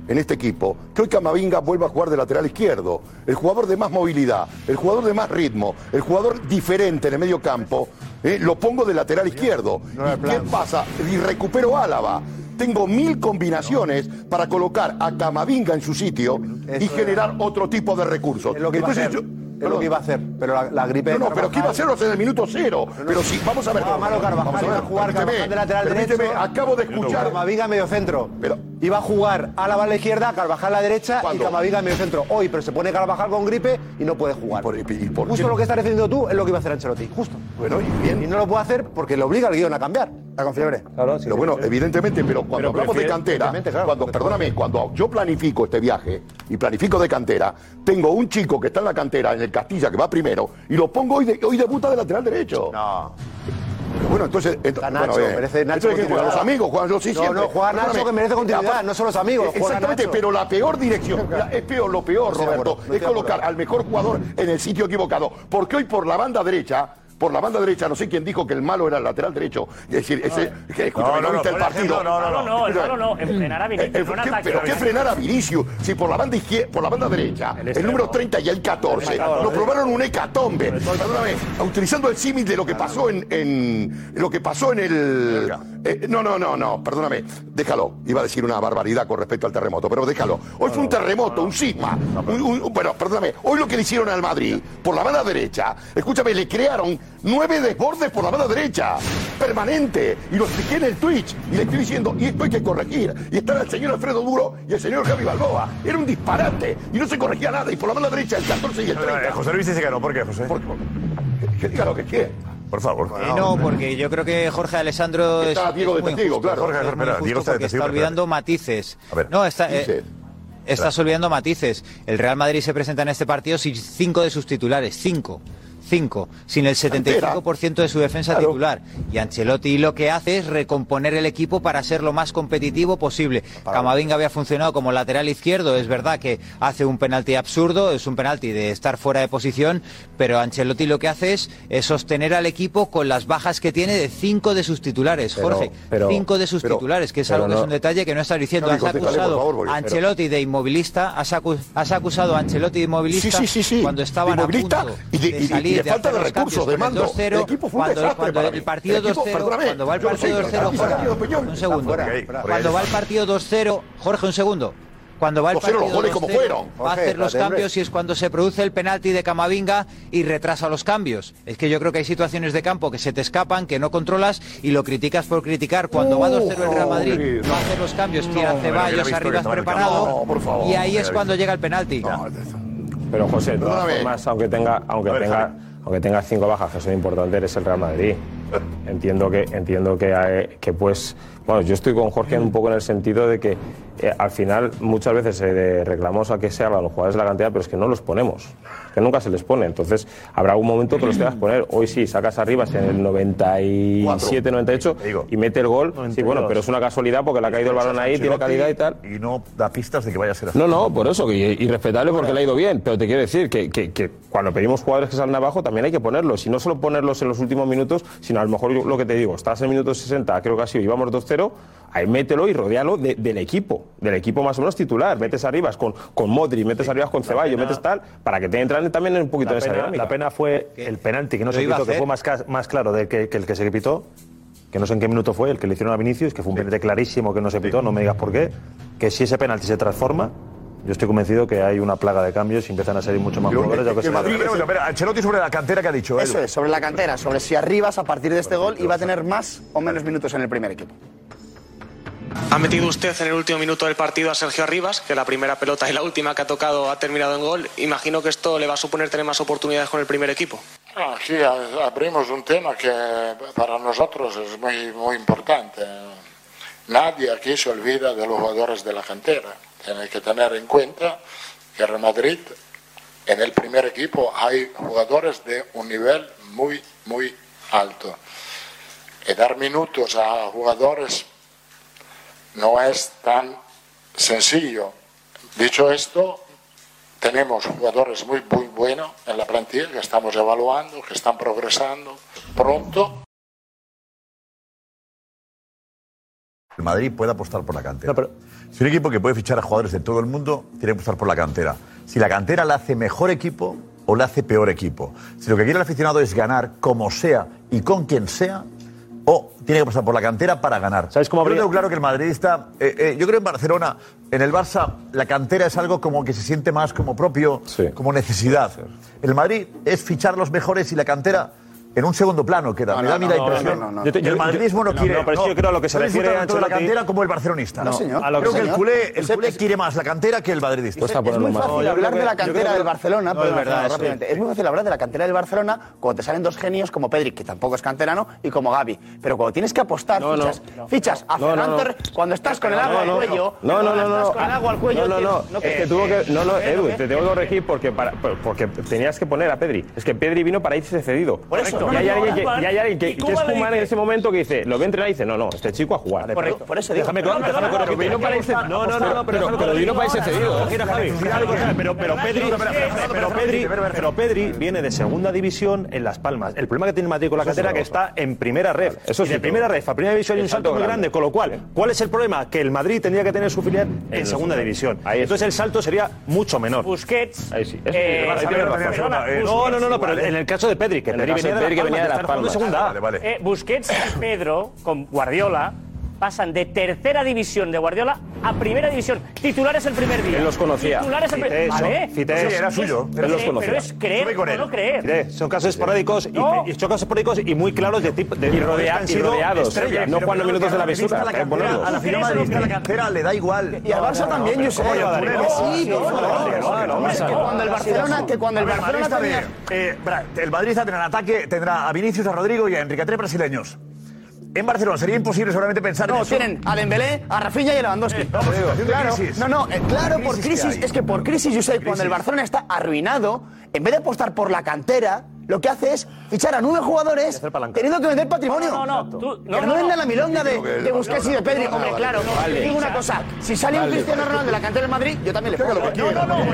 en este equipo que hoy Camavinga vuelva a jugar de lateral izquierdo. El jugador de más movilidad, el jugador de más ritmo, el jugador diferente en el medio campo, eh, lo pongo de lateral izquierdo. ¿Y qué pasa? Y recupero Álava. Tengo mil combinaciones para colocar a Camavinga en su sitio y generar otro tipo de recursos. Es lo que iba a hacer. Es lo que iba a hacer, pero la, la gripe. No, no, de pero ¿qué iba a hacerlo en el minuto cero? No, no, pero sí, vamos a ver. No, malo Carvajal, vamos a iba ver. a jugar Carvajal de lateral permíteme, derecho. acabo de escuchar. Camavinga medio centro. Pero, iba a jugar Álava a la izquierda, Carvajal a la derecha ¿cuándo? y Camavinga medio centro. Hoy, pero se pone Carvajal con gripe y no puede jugar. ¿Por, y por Justo qué? lo que estás diciendo tú es lo que iba a hacer Ancelotti. Justo. Bueno, y bien. Y no lo puede hacer porque le obliga al guión a cambiar. Está con fiebre. Claro, sí, pero bueno, sí. evidentemente, pero cuando Pero hablamos de prefiere- cantera, evidentemente, claro, cuando, porque perdóname, cuando yo planifico este viaje y planifico de cantera, tengo un chico que está en la cantera, en el Castilla, que va primero, y lo pongo hoy, de, hoy debuta de lateral derecho. No. Pero bueno, entonces... ent Está Nacho, bueno, eh, merece Nacho entonces, ¿qué juegan los amigos? Juegan los sí No, siempre. no, juega Nacho, Perdóname. que merece continuidad, Aparte- no son los amigos, juega Exactamente, Nacho. pero la peor dirección, la- es peor, lo peor, No estoy de Roberto, acuerdo, no estoy es de colocar acuerdo. al mejor jugador en el sitio equivocado. Porque hoy por la banda derecha... Por la banda derecha, no sé quién dijo que el malo era el lateral derecho. Es decir, ese, que, escúchame, No, no, no, viste no, el por partido. ejemplo, no, no, No, no, el malo no, en frenar a Vinicius, Eh, no en ¿qué- ataque. pero qué frenar a Vinicius, si por la banda izquierda, por la banda derecha, el número treinta y el catorce, nos probaron un hecatombe. Perdóname, utilizando el símil de lo que pasó en, en lo que pasó en el. eh, no, no, no, no, perdóname, déjalo. Iba a decir una barbaridad con respecto al terremoto, pero déjalo. Hoy fue un terremoto, un sisma. un- un- bueno, perdóname, hoy lo que le hicieron al Madrid, por la banda derecha, escúchame, le crearon nueve desbordes por la banda derecha, permanente, y lo expliqué en el Twitch, y le estoy diciendo, y esto hay que corregir, y está el señor Alfredo Duro y el señor Javi Balboa, era un disparate, y no se corregía nada, y por la banda derecha el catorce y el treinta. José Luis dice que no, ¿por qué, José? Por- que diga lo que quiera. Por favor. Eh, no, porque yo creo que Jorge Alessandro es, Está Diego es de muy testigo, injusto. claro. Jorge, Es muy espera, injusto Diego está de porque testigo, está espera. olvidando matices. A ver, no, está, eh, dice. estás olvidando matices. El Real Madrid se presenta en este partido sin cinco de sus titulares. Cinco. Cinco. Sin el setenta y cinco por ciento de su defensa Claro. titular. Y Ancelotti lo que hace es recomponer el equipo para ser lo más competitivo posible. Camavinga había funcionado como lateral izquierdo. Es verdad que hace un penalti absurdo. Es un penalti de estar fuera de posición. Pero Ancelotti lo que hace es, es sostener al equipo con las bajas que tiene de cinco de sus titulares. Pero- Jorge, pero- cinco de sus pero- titulares, que es pero algo que no- es un detalle que no estás diciendo. Javi, Has contéstale, por acusado favor, porque- a Ancelotti de inmovilista. Has, acu- has acusado a Ancelotti de inmovilista Sí, sí, sí, sí. cuando estaban De a inmovilista punto y de- y- y salir, de falta hacer de los recursos, cambios de con el mando. dos cero. El equipo fue un cuando, desastre cuando para el mí. partido El equipo, dos cero, perdóname, cuando va el yo lo partido sé, dos cero, aquí se ha Jorge, caído Peñón. un segundo. Fuera, fuera. Cuando va el partido dos cero, Jorge, un segundo. Cuando va el dos cero, partido los goles como dos cero, fueron. va a Jorge, hacer los espérate, cambios y es cuando se produce el penalti de Camavinga y retrasa los cambios. Es que yo creo que hay situaciones de campo que se te escapan, que no controlas y lo criticas por criticar. Cuando va dos cero el Real Madrid, joder, va a hacer los cambios, tiene a pero que la Ceballos victoria arriba estaba en el preparado campo. No, por favor. y ahí es Mira, cuando llega el penalti. Pero José, de todas Perdóname. formas, aunque tenga, aunque A ver, tenga, Javi. aunque tenga cinco bajas, que son importantes, eres el Real Madrid. Entiendo que, entiendo que, eh, que pues, bueno, yo estoy con Jorge un poco en el sentido de que eh, al final muchas veces eh, reclamamos a que se hagan los jugadores de la cantidad, pero es que no los ponemos, que nunca se les pone. Entonces habrá un momento que los tengas que poner. Hoy sí, sacas arriba en el noventa y siete, noventa y ocho digo. y mete el gol. Sí, noventa y bueno, dos. pero es una casualidad porque le ha caído el balón ahí, tiene calidad y tal. Y no da pistas de que vaya a ser así. No, no, por eso, que irrespetable porque le ha ido bien, pero te quiero decir que, que, que cuando pedimos jugadores que salen abajo también hay que ponerlos, y no solo ponerlos en los últimos minutos, sino a lo mejor yo- lo que te digo, estás en el minuto sesenta, creo que ha sido, íbamos dos cero, ahí mételo y rodealo de- del equipo, del equipo más o menos titular, metes arriba con, con Modri, metes arriba con Ceballos, metes tal, para que te entran también un poquito La en esa pena, dinámica. la pena fue el penalti que no Lo se iba a pitó, que hacer. fue más, ca- más claro de que, que el que se pitó, que no sé en qué minuto fue, el que le hicieron a Vinicius, que fue un penalti clarísimo que no se pitó, no me digas por qué, que si ese penalti se transforma, yo estoy convencido que hay una plaga de cambios y empiezan a salir mucho más Pero, jugadores. eh, de lo que que se Madrid- merece. Espera, espera, Ancelotti sobre la cantera que ha dicho. Eso Edu. es, sobre la cantera, sobre si Arribas a partir de este gol iba a tener más o menos minutos en el primer equipo. Ha metido usted en el último minuto del partido a Sergio Arribas, que la primera pelota y la última que ha tocado ha terminado en gol. Imagino que esto le va a suponer tener más oportunidades con el primer equipo. Aquí a- abrimos un tema que para nosotros es muy, muy importante. Nadie aquí se olvida de los jugadores de la cantera. Tiene que tener en cuenta que Real Madrid, en el primer equipo, hay jugadores de un nivel muy, muy alto. Y dar minutos a jugadores no es tan sencillo. Dicho esto, tenemos jugadores muy, muy buenos en la plantilla que estamos evaluando, que están progresando pronto. el Madrid puede apostar por la cantera. No, pero... Si un equipo que puede fichar a jugadores de todo el mundo, tiene que apostar por la cantera. Si la cantera la hace mejor equipo o la hace peor equipo. Si lo que quiere el aficionado es ganar como sea y con quien sea, o tiene que pasar por la cantera para ganar. ¿Sabes cómo habría? Yo tengo claro que el madridista, eh, eh, yo creo en Barcelona, en el Barça, la cantera es algo como que se siente más como propio, sí. como necesidad. En el Madrid es fichar los mejores y la cantera en un segundo plano queda. No, me da a mí no, la impresión. No, no, no, no. El madridismo no, no quiere. No, pero es que yo creo a lo que se refiere a la cantera como el barcelonista. No, señor. Creo que el culé, el culé quiere más la cantera que el madridista. Es, es muy fácil hablar de la cantera del Barcelona, pero es verdad, rápidamente. Es muy fácil hablar de la cantera del Barcelona cuando te salen dos genios como Pedri, que tampoco es canterano, y como Gavi. Pero cuando tienes que apostar, fichas, fichas a Ferran Torres, cuando estás con el agua al cuello. No, no, no, no. Con el agua al cuello. No, no, no. Es que tuvo que. No, no, Edu, te tengo que corregir porque porque tenías que poner a Pedri. Es que Pedri vino para irse cedido. Por eso. Y hay alguien que. Y hay alguien que, que es Koeman en ese momento que dice, lo ve entrenar y dice, no, no, este chico a jugar. Correcto, por eso digo. Déjame claro, déjame claro que vino para irse. No, no, no, pero pero vino para irse cedido. Pero pero Pedri, pero Pedri, pero Pedri viene de segunda división en Las Palmas. El problema que tiene el Madrid con la cantera es que está en primera red. Eso sí, de primera red a primera división hay un salto muy grande, con lo cual, ¿cuál es el problema? Que el Madrid tendría que tener su filial en segunda división. Entonces el salto sería mucho menor. Busquets. Ahí sí. No, no, no, pero en el caso de Pedri, que Pedri venía de Las Palmas. Vale, vale. Eh, Busquets y Pedro, con Guardiola, pasan de tercera división de Guardiola a primera división. Titulares el primer día. Él los conocía. Titulares el primer día. Vale. Fite, sí, era suyo. Él los conocía. Pero es creer o no creer. Fite, son casos esporádicos no. y, y son casos esporádicos y muy claros de tipo de y, rodea, y rodeados. Estrellas, no jugando minutos de la visita. A la final madridista la cantera le da igual. Y al Barça también, yo sé. Sí, cuando el Barcelona que cuando el Barcelona tenía el madridista tendrá ataque, tendrá a Vinicius, a Rodrigo y a Enrique, tres brasileños. En Barcelona sería imposible seguramente pensar no, en eso. No, tienen a Dembélé, a Rafinha y a Lewandowski. Eh, vamos, claro, no, no, eh, claro, por crisis. Es que por crisis, yo sé, cuando el Barcelona está arruinado, en vez de apostar por la cantera, lo que hace es fichar a nueve jugadores teniendo que vender patrimonio. No, no, no. Tú, no, que no vendan la milonga de, de Busquets y de Pedri. Hombre, claro, vale. Digo una cosa. Si sale un Cristiano Ronaldo de la cantera del Madrid, yo también le pongo lo que quiera. No, no,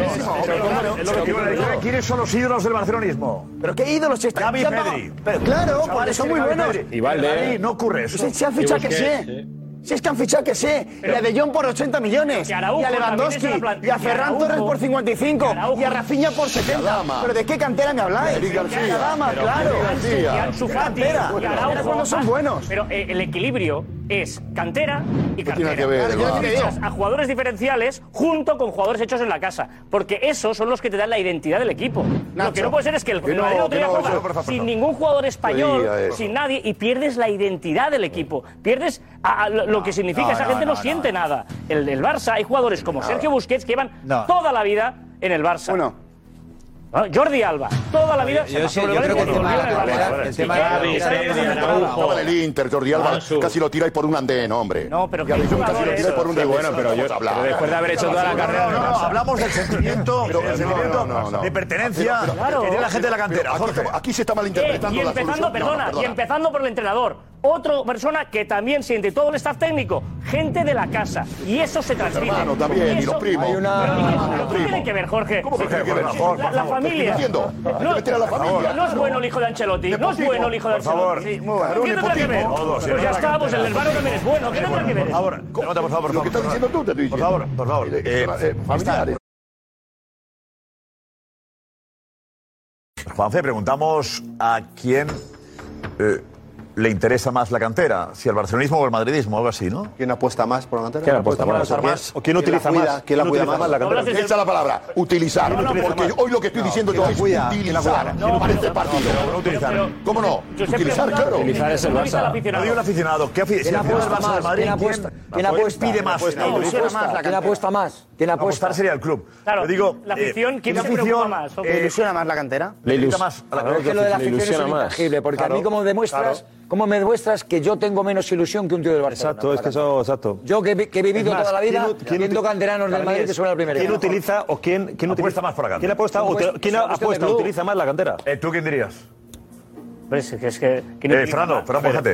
no. ¿Quiénes son los ídolos del barcelonismo? ¿Pero qué ídolos están? Gavi y Pedri. Pero claro, porque son muy buenos. Y Valde. No ocurre eso. Se han fichado que sí. Si es que han fichado que sé, y a De Jong por ochenta millones, y a Lewandowski, y a Ferran Torres por cincuenta y cinco, y a Rafinha por setenta. ¿Pero de qué cantera me habláis? Dama, claro. Y Ansu Fati, y Araujo, cuando son buenos. Pero eh, el equilibrio es cantera y cantera. Que ver, claro, fichas a jugadores diferenciales junto con jugadores hechos en la casa, porque esos son los que te dan la identidad del equipo. Nacho, lo que no puede ser es que el Madrid no, no, juega sin ningún jugador español, sin nadie, y pierdes la identidad del equipo. Pierdes a, a, lo que significa, no, esa no, gente no, no siente no. nada. El del Barça, hay jugadores como no. Sergio Busquets que llevan no. toda la vida en el Barça. Bueno. ¿No? Jordi Alba, toda la vida yo, se yo, yo creo que el tema estaba en el Inter, Jordi Alba casi lo tiráis por un andén, hombre. No, pero que casi lo tiráis por un andén. Bueno, pero yo pero después de haber hecho toda la carrera. No, no, hablamos del sentimiento, del sentimiento de pertenencia que tiene la gente de la cantera. Jorge, aquí se está malinterpretando. Y empezando, perdona, y empezando por el entrenador. Otra persona que también siente, todo el staff técnico, gente de la casa. Y eso se transmite. Hermano, también, y, y los primos. Hay una... ¿Qué tiene que ver, Jorge? ¿Cómo que tiene que ver? La, la familia. No, no, no es bueno el hijo de Ancelotti. No es bueno el hijo de Ancelotti. Sí, muy bueno. ¿Qué tendrá que ver? Pues ya está, pues el hermano también es bueno. ¿Qué tendrá que ver? Por favor, por favor. Lo que estás diciendo tú, te estoy diciendo. Por favor, por favor. Familiares. Juanfe, preguntamos a quién eh, le interesa más la cantera, si el barcelonismo o el madridismo, algo así, ¿no? ¿Quién apuesta más por la cantera? ¿Quién apuesta más? más? ¿O quién utiliza más? ¿Quién la cuida más? La cantera. Esa es la palabra, utilizar. Porque hoy lo que estoy diciendo yo es utilizar para este partido. ¿Cómo no? Utilizar, claro. Utilizar es el Barça. No digo el aficionado. ¿Qué apuesta más? ¿Quién apuesta? ¿Quién apuesta? Pide más. ¿Quién apuesta más? ¿Quién apuesta? Sería el club. Claro, digo, la afición, ¿quién se preocupa más? ¿Le ilusiona más la cantera? Le ilusiona más. Es que lo de la afición es intangible, porque a mí como demuestras... ¿Cómo me demuestras que yo tengo menos ilusión que un tío del Barcelona? Exacto, es que eso, exacto. Yo que, que he vivido más, toda la vida viendo canteranos del Madrid que suena el primer ¿Quién utiliza o quién, quién apuesta más por la cantera? ¿Quién apuesta o quién apuesta utiliza más la cantera? Eh, ¿Tú quién dirías? Pues es que... Eh, Fernando, Fernando, fíjate.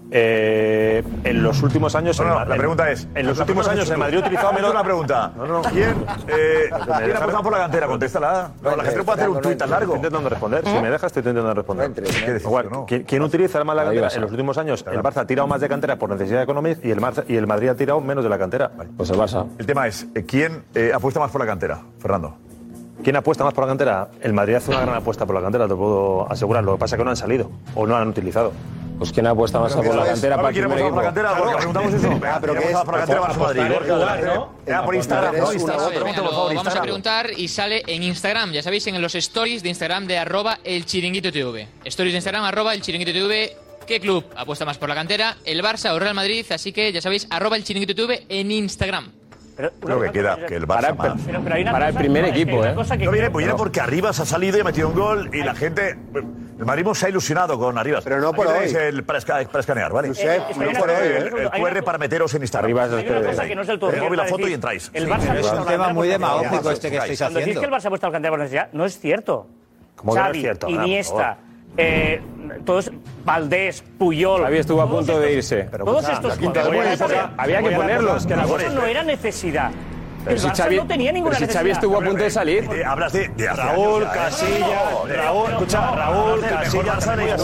Eh, en los últimos años... No, no, el, la pregunta es... En los la últimos años el Madrid ha utilizado menos... una pregunta. No, no. ¿Quién, eh, ¿quién ha apostado por la cantera? Contéstala. No, la gente no puede hacer un tuit tan largo. Estoy intentando responder. Si me dejas, estoy intentando responder. Igual, ¿quién, ¿quién utiliza más la cantera? En los últimos años el Barça ha tirado más de cantera por necesidad económica y el, Barça, y el Madrid ha tirado menos de la cantera. Pues el Barça. El tema es, ¿quién eh, apuesta más por la cantera? Fernando. ¿Quién apuesta más por la cantera? El Madrid hace una gran apuesta por la cantera, te puedo asegurar. Lo que pasa es que no han salido o no han utilizado. Pues ¿quién apuesta más por la cantera para el ¿Quién primer apuesta por la equipo? cantera? Porque preguntamos eso. Ah, pero ¿qué es? Por la cantera Barça Madrid. Era por Instagram, ¿no? Instagram. Lo vamos a preguntar y sale en Instagram. Ya sabéis, en los stories de Instagram de arroba el chiringuito T V. Stories de Instagram, arroba el chiringuito T V. ¿Qué club apuesta más por la cantera? ¿El Barça o Real Madrid? Así que ya sabéis, arroba el chiringuito T V en Instagram. Pero, Creo que queda que el Barça para, más. Pero, pero hay una para cosa, el primer no, equipo, ¿eh? No viene, pues viene porque Arribas ha salido y ha metido un gol y la gente... El Madrid se ha ilusionado con Arribas. Pero no por hoy. El, para, para escanear, ¿vale? Josep, no por hoy, ¿eh? El Q R para meteros en Instagram. Arribas es que... cosa que no es el todo. El móvil, la foto y entráis. El Barça es un tema muy demagógico este que estáis haciendo. Cuando decís que el Barça ha puesto la cantera por necesidad, no es cierto. ¿Cómo que no es Xavi, cierto? Iniesta... Eh, todos, Valdés, Puyol. Xavi estuvo a punto de irse. Todos estos jugadores. Había que ponerlos. Que la cosa no era necesidad. Pero el si Barça Xavi, no tenía ninguna pero si necesidad. Xavi estuvo a punto de salir. Eh, hablas de, de Raúl, años, Casillas, no, Raúl, escucha, Raúl, Casillas,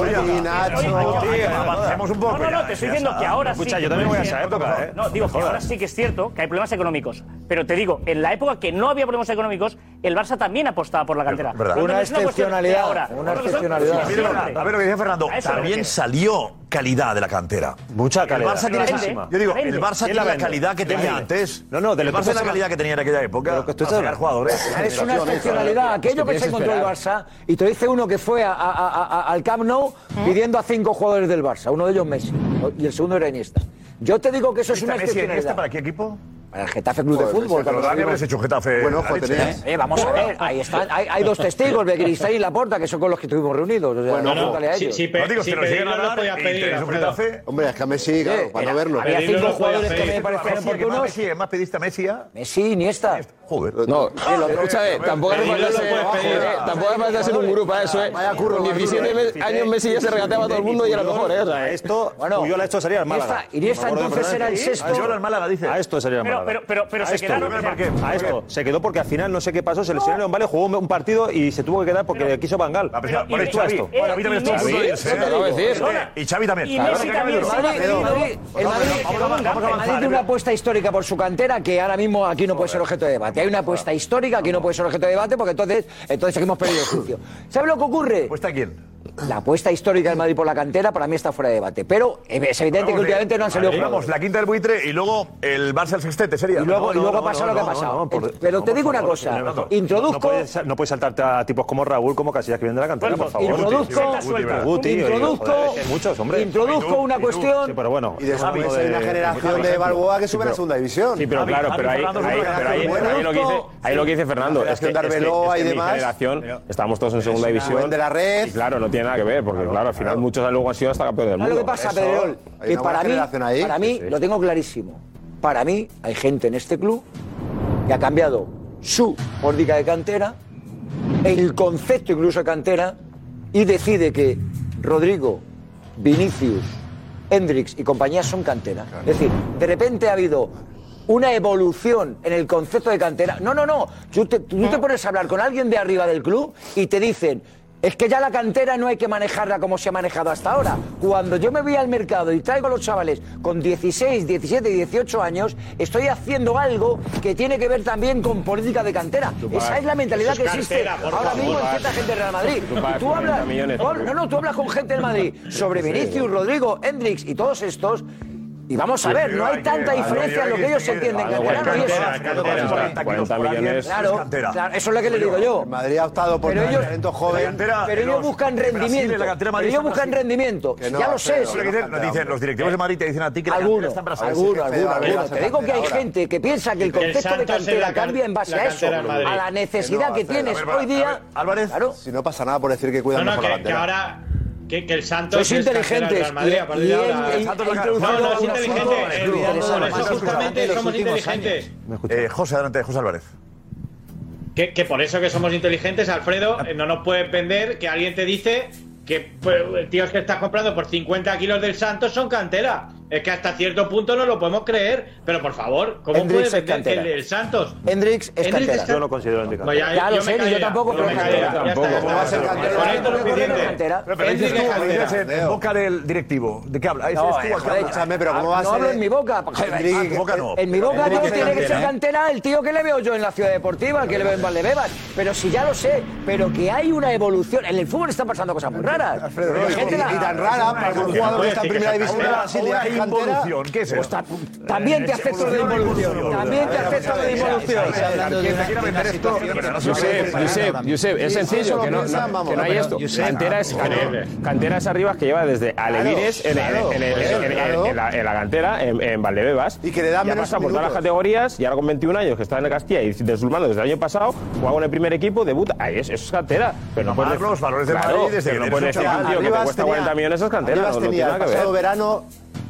avancemos un poco. No, no, no, te estoy diciendo que ahora sí. Escucha, yo también voy a esa época, ¿eh? No, digo que ahora sí que es cierto que hay problemas económicos. Pero te digo, en la época que no había problemas económicos, el Barça también apostaba por la cantera. Una excepcionalidad. Una excepcionalidad. A ver lo que dice Fernando. También salió calidad de la cantera. Mucha calidad. El Barça tiene esa, yo digo, el Barça tiene la calidad que tenía antes. No, no, el Barça tiene la calidad que tenía en aquella época. Pero que esto para sacar jugadores. Es una excepcionalidad. Aquello que se encontró el Barça, y te dice uno que fue a, a, a, al Camp Nou pidiendo a cinco jugadores del Barça, uno de ellos Messi, y el segundo era Iniesta. Yo te digo que eso es una excepcionalidad. ¿Para qué equipo? Para el Getafe Club de Fútbol. Pero ¿qué habrías hecho Getafe? Bueno, ojo, tenías. Eh, vamos a ver, ahí están, hay, hay dos testigos, Bequiristay y Laporta, que son con los que estuvimos reunidos. O sea, Bueno, no, pregúntale a sí, ellos. sí, No digo, si si nos llegan a pedirlo, lo dar podía y pedir, tenéis un Alfredo. Getafe. Hombre, es que a Messi, claro, para no verlo. Había Pedirlo cinco lo podía jugadores que pedir. me parecían oportunos. Messi, más pediste a Messi ya. Messi, Iniesta. Joder. No, escúchame, tampoco hace falta ser, eh, tampoco hace falta ser un grupo para eso, ¿eh? Con diecisiete años Messi ya se regateaba a todo el mundo y era lo mejor, ¿eh? O sea, Esto, Bueno, Puyol a esto sería el Málaga. Iniesta, Iniesta entonces era el sexto. Yo el Málaga dice. A esto sería el Pero, Málaga. pero, pero, pero A se esto. quedaron. ¿Por qué? A esto. Se quedó porque al final no sé qué pasó, se lesionó León Vale, jugó un partido y se tuvo que quedar porque quiso Van Gaal. Pero, Por esto, esto. Bueno, a mí también estuvo a punto de irse. Eso te acabo de decir. Y Xavi también. Y Messi también. El Madrid, el Madrid, el Madrid, el Madrid tiene una apuesta histórica por su cantera que ahora mismo aquí no puede ser objeto de debate. Hay una apuesta histórica que no puede ser objeto de debate porque entonces, entonces hemos perdido el juicio. ¿Sabe lo que ocurre? ¿Apuesta quién? La apuesta histórica del Madrid por la cantera para mí está fuera de debate. Pero es evidente que últimamente no han salido Digamos, jugadores. la quinta del buitre y luego el Barça el sextete sería. Y luego, No, y luego no, ha pasado no, lo que ha no, pasado. no, por- Pero te por digo una favor, cosa. no, Introduzco. No puedes, no puedes saltarte a tipos como Raúl, como Casillas que vienen de la cantera, por favor. Introduzco, Guti, introduzco, joder, hay muchos, hombre. introduzco una cuestión. Sí, pero bueno. Y después Hablo hay una de- generación de Balboa que sube a la segunda división. Sí, pero claro, pero ahí, ahí, pero ahí, ahí lo que dice, ahí lo que dice Fernando es que, es que, Arbeloa es que y mi demás. generación estábamos todos en segunda división. de la red. Y claro, no tiene nada que ver, porque claro, al final muchos luego han sido hasta campeón del ¿Sabes mundo. lo que pasa, Eso, Pedrerol? hay Que una para buena mí, generación ahí. para mí Sí, sí. lo tengo clarísimo. Para mí hay gente en este club que ha cambiado su política de cantera, el concepto incluso de cantera, y decide que Rodrigo, Vinicius, Hendrix y compañía son cantera. Es decir, de repente ha habido una evolución en el concepto de cantera. No, no, no. Tú te, tú te pones a hablar con alguien de arriba del club y te dicen... Es que ya la cantera no hay que manejarla como se ha manejado hasta ahora. Cuando yo me voy al mercado y traigo a los chavales con dieciséis, diecisiete y dieciocho años, estoy haciendo algo que tiene que ver también con política de cantera. Esa es la mentalidad Eso es que existe cantera, por ahora favor. mismo en cierta gente del Real Madrid. Tú pagas Tú hablas, cuarenta millones. tú hablas- no, no, tú hablas con gente del Madrid sobre Vinicius, Rodrigo, Hendrix y todos estos. Y vamos a ver, no hay tanta diferencia en lo que ellos entienden canterano y eso. cuarenta millones. Claro, claro, eso es lo que le digo yo. Madrid ha optado por Pero tener ellos, talento joven. pero ellos buscan rendimiento. Pero ellos buscan rendimiento. Que no, Ya lo sé. Alfredo, sí. que no. Nos dicen, los directivos de Madrid te dicen a ti que la Algunos, cantera está en Brasil. algunos, Fede algunos, Valverde algunos. va a Te digo que hay ahora. gente que piensa que el Que el concepto de Santos es cantera la can- cambia en base la a eso, cantera en Madrid. a la necesidad que Que no, tienes Alfredo, hoy día. Álvarez, Claro. Si no pasa nada por decir que No, cuidan no, mejor la que, que cantera. ahora. Que, que el Santos. Sois es cantera del inteligentes Real Madrid, a partir y de él- ahora. él- Santos ha lo introducido No, no, es un asunto inteligente. eh, Por interesante. eso justamente somos inteligentes. Eh, José, adelante, José Álvarez. Que, que por eso que somos inteligentes, Alfredo, eh, no nos puedes vender que alguien te dice que pues, tíos que estás comprando por cincuenta kilos del Santos son cantera. Es que hasta cierto punto no lo podemos creer. Pero por favor, ¿cómo Hendrix puede es vender que el cantera. del Santos? Hendrix es Hendrix cantera. es Yo no considero Hendrix Pues cantera. Ya lo yo sé, me ni yo caería, tampoco, yo pero me cantera. caería, ya está, ya ¿Cómo va a ser está. cantera? Con esto lo suficiente. Cantera. Pero, pero dices Hendrix tú, es cantera. dices en boca del directivo. ¿De qué habla? ¿Es, No, es tú eh, al que joder, hablas? escúchame, pero ¿cómo va a no ser? hablo en mi boca. Hendrix- Ah, en tu boca no. En mi boca Hendrix no es tiene que ser cantera, ¿eh? cantera el tío que le veo yo en la Ciudad Deportiva, el que le veo en Valdebebas. Pero si ya lo sé, pero que hay una evolución. En el fútbol están pasando cosas muy raras. Alfredo, La y- gente y la- tan rara para que un jugador de esta primera división de Brasil Una es cantera. involución. ¿Qué es Pues eso? ta- también te acepto de involución. También te acepto de involución. Hablando de una, de una situación que no se puede Josep, comparar Josep, ahora mismo. Josep, es Sí, sencillo, eso lo que no, piensan, no- vamos. que no hay Pero, esto. Josep, Cantera es, increíble. cantera es Arribas que lleva desde Alevines en, en- en- en- en- en- en la, en la cantera, en, en Valdebebas. Y que le dan ya menos pasa por todas las minutos. categorías y ahora con veintiún años que está en el Castilla y desulmano desde el año pasado, juega en el primer equipo, debuta. Ahí es, eso es cantera. Pero no, Marc, puedes los valores del claro, Madrid desde pero que no eres puedes un decir que un chaval. tío que te Arribas cuesta tenía- cuarenta millones es cantera. Arribas No, no tenía tiene el nada que pasado ver. verano.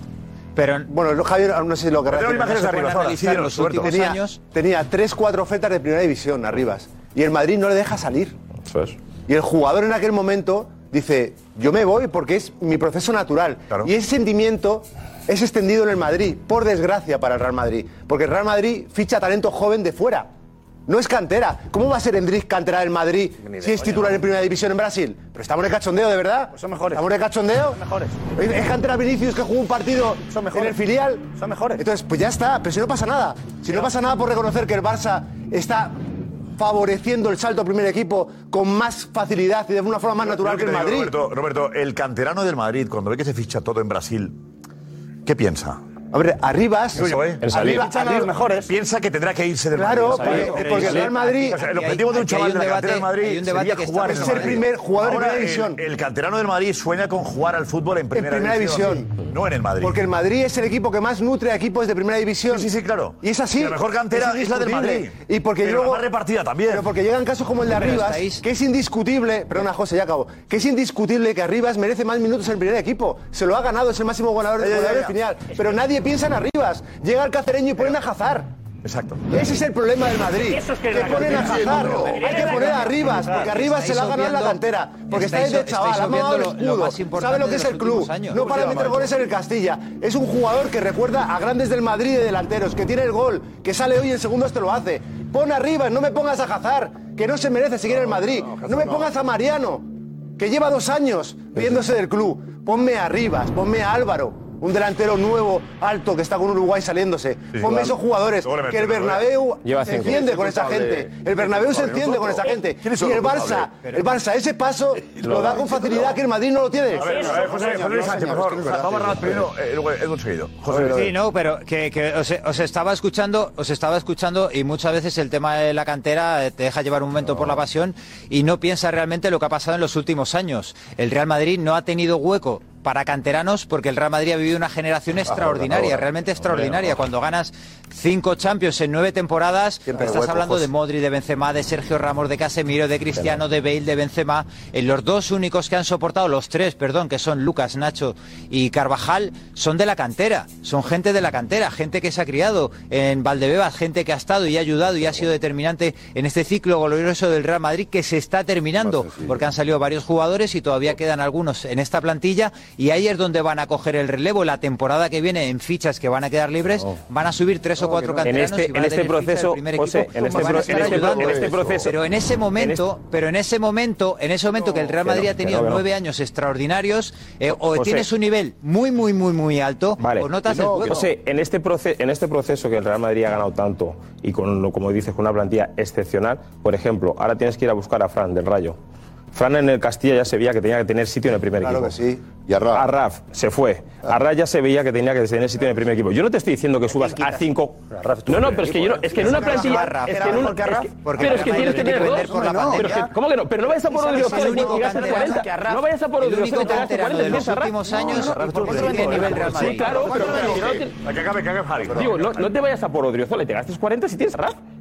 Pero Bueno, Javier, aún no sé si lo querrá Pero decir. imágenes se de pueden Arribas ahora. Sí, analizar dinos, los Roberto. últimos Tenía, años. tenía tres, cuatro ofertas de primera división, Arribas. Y el Madrid no le deja salir. Eso es. Y el jugador en aquel momento dice, yo me voy porque es mi proceso natural. Claro. Y ese sentimiento es extendido en el Madrid, por desgracia para el Real Madrid. Porque el Real Madrid ficha talento joven de fuera. No es cantera. ¿Cómo va a ser Hendrix cantera del Madrid si es titular en primera división en Brasil? Pero estamos de cachondeo, ¿de verdad? Pues son mejores. ¿Estamos de cachondeo? Son mejores. ¿Es cantera Vinicius que jugó un partido Son mejores. en el filial? Son mejores. Entonces, pues ya está. Pero si no pasa nada. Si no pasa nada por reconocer que el Barça está favoreciendo el salto al primer equipo con más facilidad y de una forma más natural que Yo el te digo, Madrid. Roberto, Roberto, el canterano del Madrid, cuando ve que se ficha todo en Brasil, ¿qué piensa? Hombre, Arribas. Eso, ¿eh? En salir. Arriba- Fichan a los Arriba- mejores. Piensa que tendrá que irse del Claro, Madrid. porque, porque el Real Madrid O sea, el Aquí hay- objetivo de un aquí hay chaval un de la debate- cantera del Madrid hay un debate sería que jugar en estamos- el ser Madrid. primer jugador de Ahora, primera división. El, el canterano del Madrid sueña con jugar al fútbol en primera, primera división. No en el Madrid. Porque el Madrid es el equipo que más nutre a equipos de primera división. Sí, sí, sí, claro. Y es así. Y la mejor cantera es la del indiscutible. Madrid. Y porque Pero luego. la más repartida también. Pero porque llegan casos como el de Pero Arribas, estáis- que es indiscutible. Perdona, José, ya acabo. Que es indiscutible que Arribas merece más minutos en el primer equipo. Se lo ha ganado, es el máximo ganador Ya, ya, de ya, del ya. final. Pero nadie piensa en Arribas. Llega el cacereño y ponen a Hazard. Exacto. Ese es el problema del Madrid. Eso es que que es la ponen a cantera. Hazard. No, Hay que poner a Arribas, porque Arribas se lo ha ganado en la obviando- cantera. Porque está estáis- desde chaval, estáis ha mamado el obviando lo- lo escudo. más importante Sabe lo que de es los el club. últimos años. No para meter goles en el Castilla. Es un jugador que recuerda a grandes del Madrid de delanteros, que tiene el gol, que sale hoy en segundos te lo hace. Pon a Arribas, no me pongas a Hazard, que no se merece seguir en el Madrid. No me pongas a Mariano, que lleva dos años viéndose del club. Ponme a Arribas, ponme a Álvaro. Un delantero nuevo, alto, que está con Uruguay saliéndose. sí, Ponme claro. esos jugadores, Luego le que el meten, Bernabéu Lleva se cinco. enciende con esa gente. El Bernabéu se enciende con esa gente. ¿Quiénes Y son el los Barça, culpables? el Barça, ese paso lo da con facilidad que el Madrid no lo tiene. A ver, a ver, José, José Luis Sánchez, por favor. Vamos a hablar primero, eh, luego Edu seguido. José Luis. Sí, no, pero que, que os, os estaba escuchando, os estaba escuchando y muchas veces el tema de la cantera eh, te deja llevar un momento por la pasión y no piensas realmente lo que ha pasado en los últimos años. El Real Madrid no ha tenido hueco para canteranos porque el Real Madrid ha vivido una generación extraordinaria, realmente extraordinaria. Cuando ganas cinco Champions en nueve temporadas, Siempre estás hueco, hablando José. de Modri, de Benzema, de Sergio Ramos, de Casemiro, de Cristiano, de Bale, de Benzema. En los dos únicos que han soportado, los tres, perdón, que son Lucas, Nacho y Carvajal, son de la cantera, son gente de la cantera, gente que se ha criado en Valdebebas, gente que ha estado y ha ayudado y ha sido determinante en este ciclo glorioso del Real Madrid que se está terminando, porque han salido varios jugadores y todavía quedan algunos en esta plantilla y ahí es donde van a coger el relevo. La temporada que viene, en fichas que van a quedar libres, van a subir tres o cuatro En canteranos este, y van en a este tener ficha del proceso, primer José, equipo, en este, van a pro- estar en este, ayudando. en este proceso. Pero en ese momento, pero en ese momento, en ese momento que el Real que no, Madrid ha que tenido no, que no. nueve años extraordinarios, eh, o José. tienes un nivel muy, muy, muy, muy alto, Vale. o no te haces No, hueco. José, en este, proce- en este proceso que el Real Madrid ha ganado tanto y con, como dices, con una plantilla excepcional, por ejemplo, ahora tienes que ir a buscar a Fran del Rayo. Fran en el Castilla ya se veía que tenía que tener sitio en el primer Claro equipo. que sí. Y a Raf. A Raf se fue. A Raf ya se veía que tenía que tener sitio en el primer equipo. Yo no te estoy diciendo que subas a cinco. No, no, pero es que yo no, es que en una plantilla. Es que en una, es que- pero es que tienes que tener dos. Pero es que, ¿cómo que no? Pero no vayas a por Odriozola y llegaste a cuarenta. No vayas a por Odriozola y llegaste a cuarenta. de los últimos años, ¿por qué nivel Real Madrid? Sí, claro, pero que no te- Que acabe, que acabe Javi. Digo, no, no te vayas a por Odriozola y te gastes cuarenta si tienes a Raf.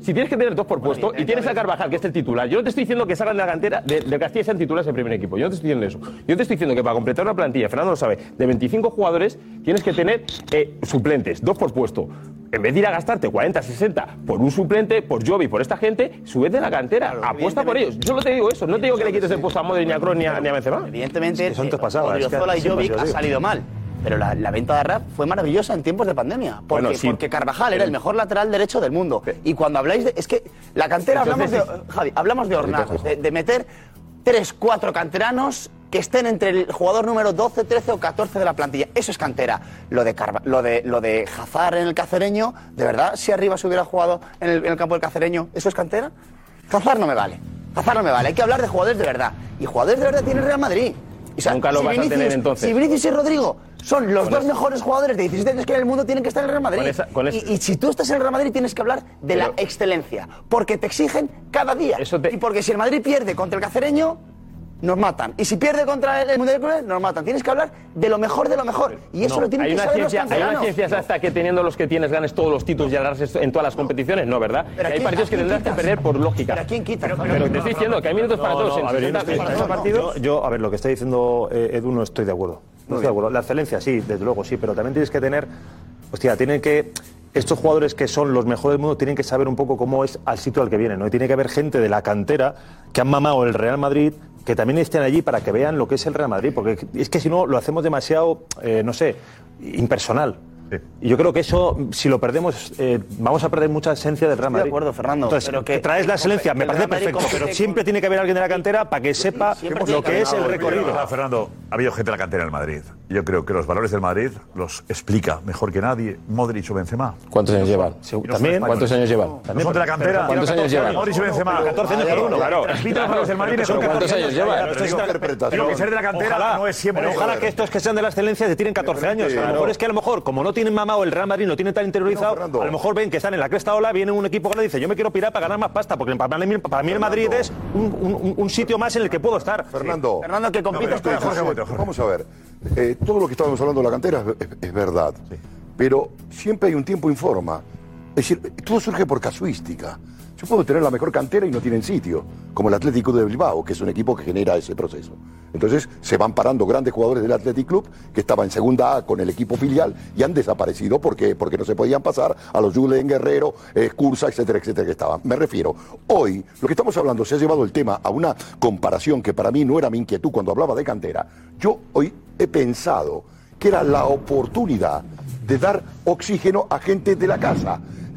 si tienes que tener dos por puesto y tienes a Carvajal, que es el titular, yo no te estoy diciendo que salgan de la cantera de, de Castilla y sean titulares en primer equipo. Yo no te estoy diciendo eso. Yo te estoy diciendo que para completar una plantilla, Fernando lo sabe, de veinticinco jugadores tienes que tener eh, suplentes, dos por puesto. En vez de ir a gastarte cuarenta, sesenta por un suplente, por Jovi, por esta gente, súbete a la cantera, claro, apuesta por ellos. Yo solo te digo eso, no te digo que le quites el puesto a Modric, ni a Kroos, ni a, ni a Benzema. Evidentemente, es que son eh, Odriozola y Jovic ha salido mal. Pero la, la venta de Arraf fue maravillosa en tiempos de pandemia. Porque, bueno, sí. porque Carvajal era el mejor lateral derecho del mundo. Y cuando habláis de... Es que la cantera, hablamos de... Javi, hablamos de hornadas, de, de meter tres, cuatro canteranos que estén entre el jugador número doce, trece o catorce de la plantilla. Eso es cantera. Lo de, Carva, lo de, lo de Hazard en el Cacereño, ¿de verdad si arriba se hubiera jugado en el, en el campo del Cacereño, eso es cantera? Hazard no me vale. Hazard no me vale. Hay que hablar de jugadores de verdad. Y jugadores de verdad tiene el Real Madrid. O sea, Nunca lo si vas Vinicius, a tener entonces. Si Vinicius y Rodrigo son los con dos esa, mejores jugadores de diecisiete años que hay en el mundo, tienen que estar en el Real Madrid. Con esa, con y, y si tú estás en el Real Madrid, tienes que hablar de Pero, la excelencia. Porque te exigen cada día. Te... Y porque si el Madrid pierde contra el Cacereño, nos matan. Y si pierde contra el Mundial de Clubes, nos matan. Tienes que hablar de lo mejor de lo mejor. Y eso no, lo tienen que saber ciencia, los canteranos. ¿Hay una ciencia exacta que teniendo los que tienes ganes todos los títulos y agarrarse en todas las competiciones? No, ¿verdad? Pero hay partidos que tendrás quitas? que perder por lógica. ¿Pero a quién quita? Pero, pero, pero te estoy diciendo que hay minutos para no, todos. No, en a ver, yo, no estoy, sesenta partidos. Yo, yo, a ver, lo que está diciendo eh, Edu no estoy de acuerdo. No estoy de acuerdo. La excelencia sí, desde luego sí, pero también tienes que tener... Hostia, tienen que... Estos jugadores que son los mejores del mundo tienen que saber un poco cómo es al sitio al que vienen, ¿no? Y tiene que haber gente de la cantera que han mamado el Real Madrid, que también estén allí para que vean lo que es el Real Madrid, porque es que si no lo hacemos demasiado, eh, no sé, impersonal. Sí. Y yo creo que eso, si lo perdemos, eh, vamos a perder mucha esencia del Real Madrid. Estoy de acuerdo, Fernando. Entonces, pero que traes la excelencia, me parece perfecto, pero siempre tiene que haber alguien de la cantera para que sepa lo que es el recorrido. Fernando, ha habido gente de la cantera en el Madrid. Yo creo que los valores del Madrid los explica mejor que nadie Modric o Benzema. ¿Cuántos años llevan? También. ¿Cuántos años llevan? ¿No son de la cantera? ¿Cuántos años llevan? Modric y Benzema. catorce años cada uno. Claro. Explica los valores del Madrid. ¿Cuántos años llevan? Pero que ser de la cantera no es siempre. Ojalá que estos que sean de la excelencia se tienen catorce años. A lo mejor es que a lo mejor, como no tienen mamado el Real Madrid, no tienen tan interiorizado, a lo mejor ven que están en la cresta ola, viene un equipo grande y dice, yo me quiero pirar para ganar más pasta, porque para mí, para mí el Madrid es un, un, un sitio más en el que puedo estar. Fernando, Fernando que compites con Jorge, vamos a ver, eh, todo lo que estábamos hablando de la cantera es, es, es verdad, sí. Pero siempre hay un tiempo informa. Es decir, todo surge por casuística. Yo puedo tener la mejor cantera y no tienen sitio, como el Atlético de Bilbao, que es un equipo que genera ese proceso. Entonces se van parando grandes jugadores del Athletic Club que estaban en segunda A con el equipo filial y han desaparecido porque, porque no se podían pasar a los Julen Guerrero, eh, Cursa, etcétera, etcétera, que estaban. Me refiero, hoy lo que estamos hablando se ha llevado el tema a una comparación que para mí no era mi inquietud cuando hablaba de cantera. Yo hoy he pensado que era la oportunidad de dar oxígeno a gente de la casa.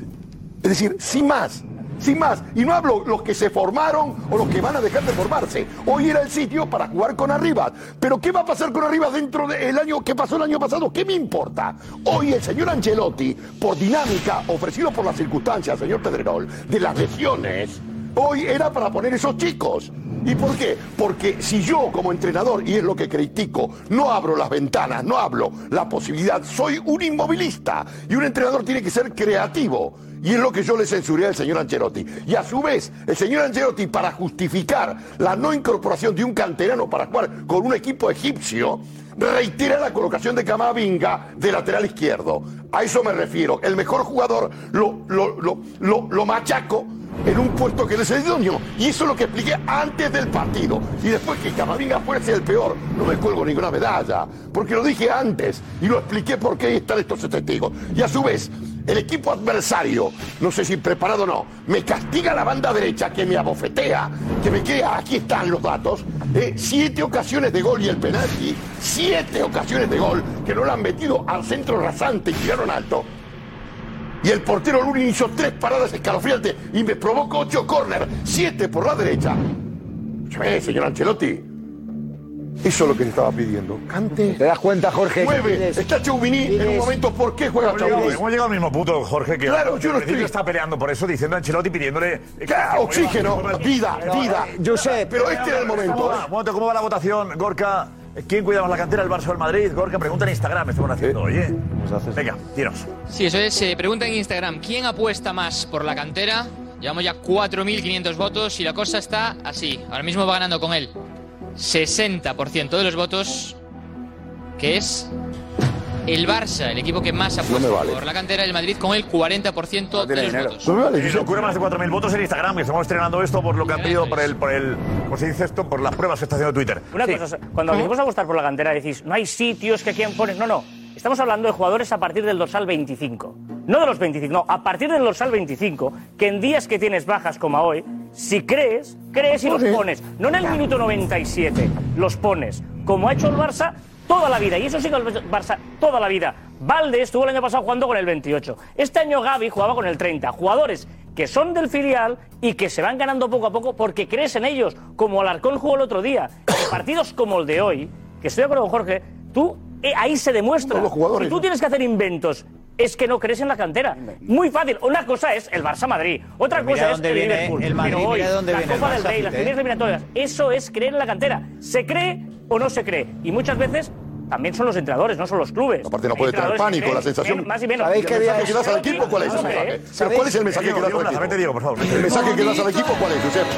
Es decir, sin más. Sin más, y no hablo los que se formaron o los que van a dejar de formarse. Hoy era el sitio para jugar con Arribas. Pero ¿qué va a pasar con Arribas dentro del año que pasó el año pasado? ¿Qué me importa? Hoy el señor Ancelotti, por dinámica, ofrecido por las circunstancias, señor Pedrerol, de las lesiones, hoy era para poner esos chicos. ¿Y por qué? Porque si yo como entrenador, y es lo que critico, no abro las ventanas, no abro la posibilidad, soy un inmovilista. Y un entrenador tiene que ser creativo. Y es lo que yo le censuré al señor Ancelotti. Y a su vez, el señor Ancelotti, para justificar la no incorporación de un canterano para jugar con un equipo egipcio, reitera la colocación de Camavinga de lateral izquierdo. A eso me refiero. El mejor jugador lo, lo, lo, lo, lo machaco en un puesto que no es el idóneo. Y eso es lo que expliqué antes del partido. Y después que Camavinga fuese el peor, no me cuelgo ninguna medalla. Porque lo dije antes y lo expliqué por qué están estos testigos. Y a su vez, el equipo adversario, no sé si preparado o no, me castiga la banda derecha, que me abofetea, que me queda, aquí están los datos, eh, siete ocasiones de gol y el penalti, siete ocasiones de gol, que no lo han metido al centro rasante y tiraron alto. Y el portero Lunin hizo tres paradas escalofriantes y me provocó ocho córner, siete por la derecha. Eh, señor Ancelotti, eso es lo que le estaba pidiendo. Cante. ¿Te das cuenta, Jorge? Mueve. Está Choumini en un momento. ¿Por qué juega Choumini? Hemos llegado al mismo punto, Jorge, que claro, yo no estoy... está peleando por eso, diciendo a Ancelotti, pidiéndole... Claro, oxígeno, vida, vida. Yo sé. Pero este era el momento. ¿Cómo va la votación, Gorka? ¿Quién cuida más la cantera, el Barça o el Madrid? Gorka, pregunta en Instagram, estamos haciendo, oye. Venga, dinos. Sí, eso es. Eh, pregunta en Instagram, ¿quién apuesta más por la cantera? Llevamos ya cuatro mil quinientos votos y la cosa está así. Ahora mismo va ganando con él sesenta por ciento de los votos, que es el Barça, el equipo que más ha No me puesto vale. por la cantera, el Madrid con el cuarenta por ciento de los votos. No me vale, Eh, locura, más de cuatro mil votos en Instagram, que estamos estrenando esto por lo que han pedido por el, por el, ¿cómo se dice esto? Por las pruebas que está haciendo Twitter. Una cosa, cuando venimos a apostar por la cantera decís, no hay sitios que quieran poner. No, no. Estamos hablando de jugadores a partir del dorsal veinticinco. No de los veinticinco, no, a partir del dorsal veinticinco, que en días que tienes bajas como hoy, si crees, crees y los pones. No en el minuto noventa y siete, los pones. Como ha hecho el Barça toda la vida. Y eso sí que el Barça toda la vida. Valde estuvo el año pasado jugando con el veintiocho. Este año Gavi jugaba con el treinta. Jugadores que son del filial y que se van ganando poco a poco porque crees en ellos. Como Alarcón jugó el otro día. En partidos como el de hoy, que estoy de acuerdo con Jorge, tú... Eh, ahí se demuestra. Si tú tienes que hacer inventos, es que no crees en la cantera. Muy fácil. Una cosa es el Barça-Madrid, otra Pero mira cosa es dónde el viene Liverpool. el Madrid, Pero hoy, mira dónde la viene el Copa del Barça, Rey, las ¿eh? primeras eliminatorias, eso es creer en la cantera. ¿Se cree o no se cree? Y muchas veces también son los entrenadores, no son los clubes. Aparte no puede tener Entrenadores que pánico, la creen, sensación... Más y menos. ¿Sabéis qué día ¿El que das al equipo? ¿Cuál es el No se mensaje? cree. ¿Pero cuál es el mensaje que das al Diego, equipo? vete, Diego, por favor. vete. El mensaje que das al equipo, ¿cuál es, Josep?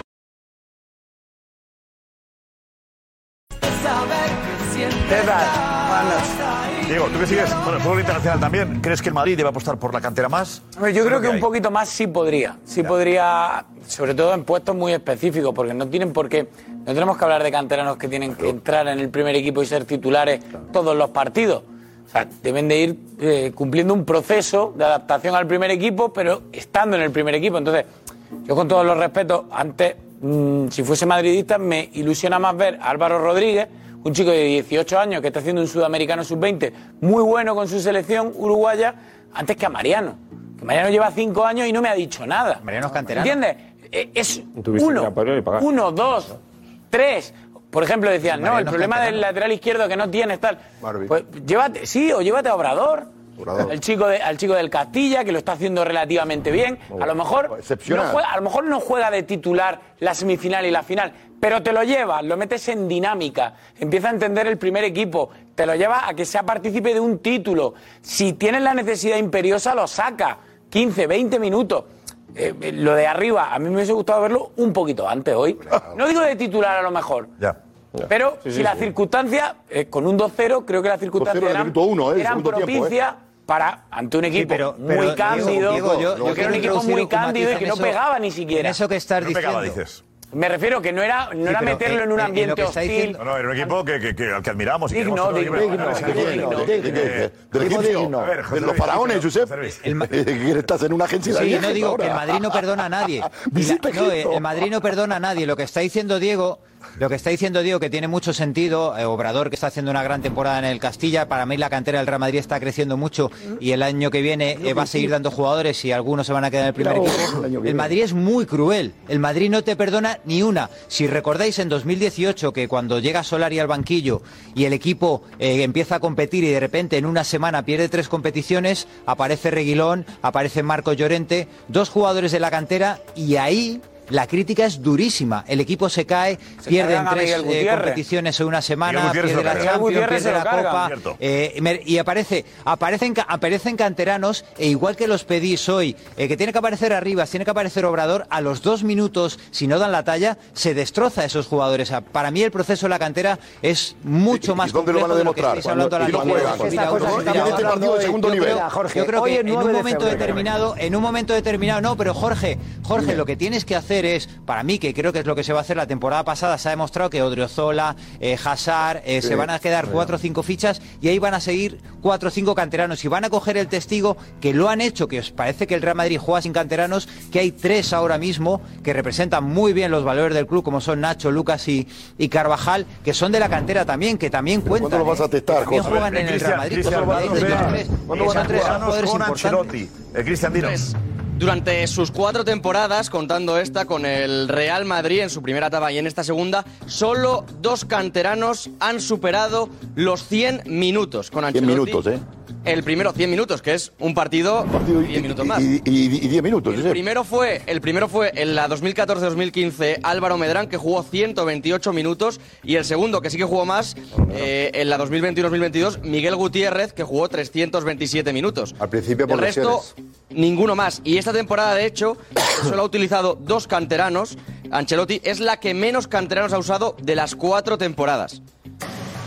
Diego, tú que sigues, bueno, el fútbol internacional también, ¿crees que el Madrid debe apostar por la cantera más? Hombre, yo creo que hay. un poquito más sí podría. Sí podría, sobre todo en puestos muy específicos, porque no tienen por qué. No tenemos que hablar de canteranos que tienen que entrar en el primer equipo y ser titulares todos los partidos. O sea, deben de ir eh, cumpliendo un proceso de adaptación al primer equipo, pero estando en el primer equipo. Entonces, yo con todos los respetos, antes, mmm, si fuese madridista, me ilusiona más ver a Álvaro Rodríguez, un chico de dieciocho años que está haciendo un sudamericano sub veinte muy bueno con su selección uruguaya, antes que a Mariano. Que Mariano lleva cinco años y no me ha dicho nada. Mariano es canterano. ¿Entiendes? Eh, Es Tuviste que ir uno, a pagar y pagar. uno, dos, tres. Por ejemplo, decían, no, el Mariano es problema del canterano. lateral izquierdo que no tienes tal. Marvin. Pues llévate, sí, o llévate a Obrador. Obrador. El chico de- al chico del Castilla, que lo está haciendo relativamente bien. A lo mejor no Excepcional. juega, a lo mejor no juega de titular la semifinal y la final, pero te lo llevas, lo metes en dinámica, empieza a entender el primer equipo, te lo lleva a que sea partícipe de un título. Si tienes la necesidad imperiosa, lo saca. quince, veinte minutos. Eh, eh, lo de arriba, a mí me hubiese gustado verlo un poquito antes hoy. No digo de titular a lo mejor. Ya. Pero Sí, sí, si las sí. circunstancias, eh, con un dos cero, creo que las circunstancias dos cero eran, al minuto uno, eh, eran segundo tiempo, propicias para, ante un equipo pero- muy pero, cándido, Diego, Diego, yo- yo que era quiero un equipo introducir muy un cándido y matiz que en no eso- pegaba ni siquiera. En eso que estás No diciendo. pegaba, dices. Me refiero que no era, no Sí, era pero, meterlo eh, en un en lo ambiente que está hostil. diciendo- No, no, era un equipo que, que, que, al que admiramos y Digno, queremos digno, otro digno, equipo. digno, Eh, digno. ¿De qué? eh, ¿Del tipo egipcio? digno. A ver, José ¿De los Luis, faraones, José Josep? Luis. ¿Que estás en una agencia de Sí, viajes no digo que el ahora? Madrid no perdona a nadie. Y la- Visita no, Egipto. el Madrid no perdona a nadie. Lo que está diciendo Diego, lo que está diciendo Diego que tiene mucho sentido, eh, Obrador que está haciendo una gran temporada en el Castilla, para mí la cantera del Real Madrid está creciendo mucho y el año que viene eh, va a seguir dando jugadores y algunos se van a quedar en el primer Claro, equipo. el año que El viene. Madrid es muy cruel. El Madrid no te perdona ni una. Si recordáis en dos mil dieciocho que cuando llega Solari al banquillo y el equipo eh, empieza a competir y de repente en una semana pierde tres competiciones, aparece Reguilón, aparece Marco Llorente, dos jugadores de la cantera y ahí la crítica es durísima. El equipo se cae, Se pierde en cargan a tres Miguel eh, Gutiérrez. competiciones en una Miguel semana, Gutiérrez pierde se lo la carga. Champions, Gutiérrez pierde se lo la carga. Copa Cierto. eh, mer- y aparece, aparecen, ca- aparecen canteranos e igual que los pedís hoy, eh, que tiene que aparecer Arribas, tiene que aparecer Obrador, a los dos minutos, si no dan la talla, se destroza a esos jugadores. O sea, para mí el proceso de la cantera es mucho ¿Y- y más dónde lo complejo van a de lo que demostrar? estáis hablando Cuando- ahora y lo mismo. juegan. Mira, Estas cosas mira, están este yo partido de creo- segundo yo nivel. creo- Jorge, yo creo hoy que es en un nueve de momento febrero. determinado, en un momento determinado, no, pero Jorge, Jorge, lo que tienes que hacer es, para mí, que creo que es lo que se va a hacer la temporada pasada, se ha demostrado que Odriozola, eh, Hazard, eh, Sí, se van a quedar cuatro o cinco fichas y ahí van a seguir cuatro o cinco canteranos y van a coger el testigo que lo han hecho, que os parece que el Real Madrid juega sin canteranos, que hay tres ahora mismo que representan muy bien los valores del club, como son Nacho, Lucas y, y Carvajal, que son de la cantera también, que también cuentan. ¿Cuándo lo vas a eh, testar, que también José? juegan en el Real Madrid. Cristian, Son Cristian, tres- Cristian, tres- ¿cuándo eh, van a son tres jugar? jugadores Con importantes. Ancelotti. Eh, Cristian, dinos. Pues, durante sus cuatro temporadas, contando esta con el Real Madrid en su primera etapa y en esta segunda, solo dos canteranos han superado los cien minutos con cien Ancelotti. minutos, ¿eh? El primero cien minutos, que es un partido, diez minutos más. Y, y, y diez minutos, El Josep. primero fue, el primero fue en la dos mil catorce dos mil quince Álvaro Medrán, que jugó ciento veintiocho minutos, y el segundo, que sí que jugó más, eh, en la dos mil veintiuno dos mil veintidós, Miguel Gutiérrez, que jugó trescientos veintisiete minutos. Al principio por El resto, lesiones. ninguno más. Y esta temporada, de hecho, solo ha utilizado dos canteranos. Ancelotti es la que menos canteranos ha usado de las cuatro temporadas.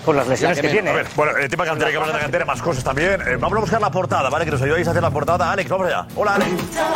Por las lesiones que tiene. A ver, bueno, el tema cantera, que hablar de cantera, más cosas también. Eh, vamos a buscar la portada, ¿vale? Que nos ayudéis a hacer la portada. Alex, vamos allá. Hola, Alex.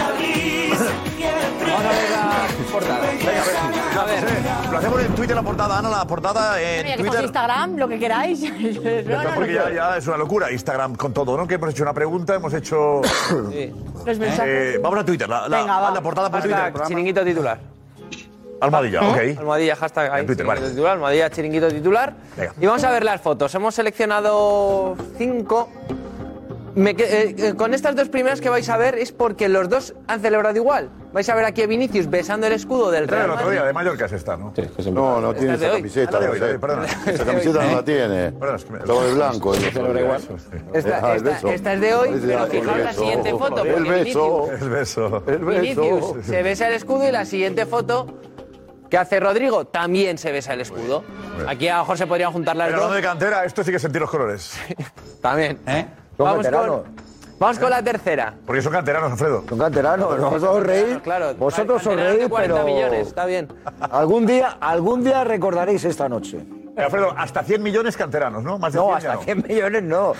Vamos a ver la portada. Venga, a ver. Lo hacemos en Twitter la portada, Ana, la portada en Mira, que con Twitter. Instagram, lo que queráis. Ya está, porque ya, ya es una locura Instagram con todo, ¿no? Que hemos hecho una pregunta, hemos hecho... Sí. Los mensajes. Eh, vamos a Twitter, la, la, Venga, va. la portada por Hashtag Twitter. chiringuito titular. Almohadilla, ok. Almohadilla, hashtag ahí, En Twitter, chiringuito vale. titular, almohadilla, chiringuito titular. Venga. Y vamos a ver las fotos. Hemos seleccionado cinco. Me que- eh, eh, con estas dos primeras que vais a ver es porque los dos han celebrado igual. Vais a ver aquí a Vinicius besando el escudo del Esta Real del otro Madrid. día, de Mallorca es esta, ¿no? No, no tiene Esta esa es de hoy. camiseta. Ah, de hoy, José. de hoy, perdona. Esa camiseta no la tiene. Perdona, es que me- Todo de blanco. el otro día. igual. Esta, Ah, el esta- beso. esta es de hoy, Parece- pero el fijaos la beso. siguiente foto. El Porque beso. Vinicius, El beso. El Vinicius beso. se besa el escudo y la siguiente foto que hace Rodrigo también se besa el escudo. Aquí a lo mejor se podrían juntar las Pero dos. hablando de cantera, esto sí que sentir los colores. También. Son Vamos veteranos. con, vamos con la tercera. Porque son canteranos, Alfredo. Son canteranos, no os reís. Claro, Vosotros os canteranos de reís, cuarenta pero millones, está bien. algún día, algún día recordaréis esta noche. Eh, Alfredo, hasta cien millones canteranos, ¿no? Más de No, cien hasta ya cien millones no.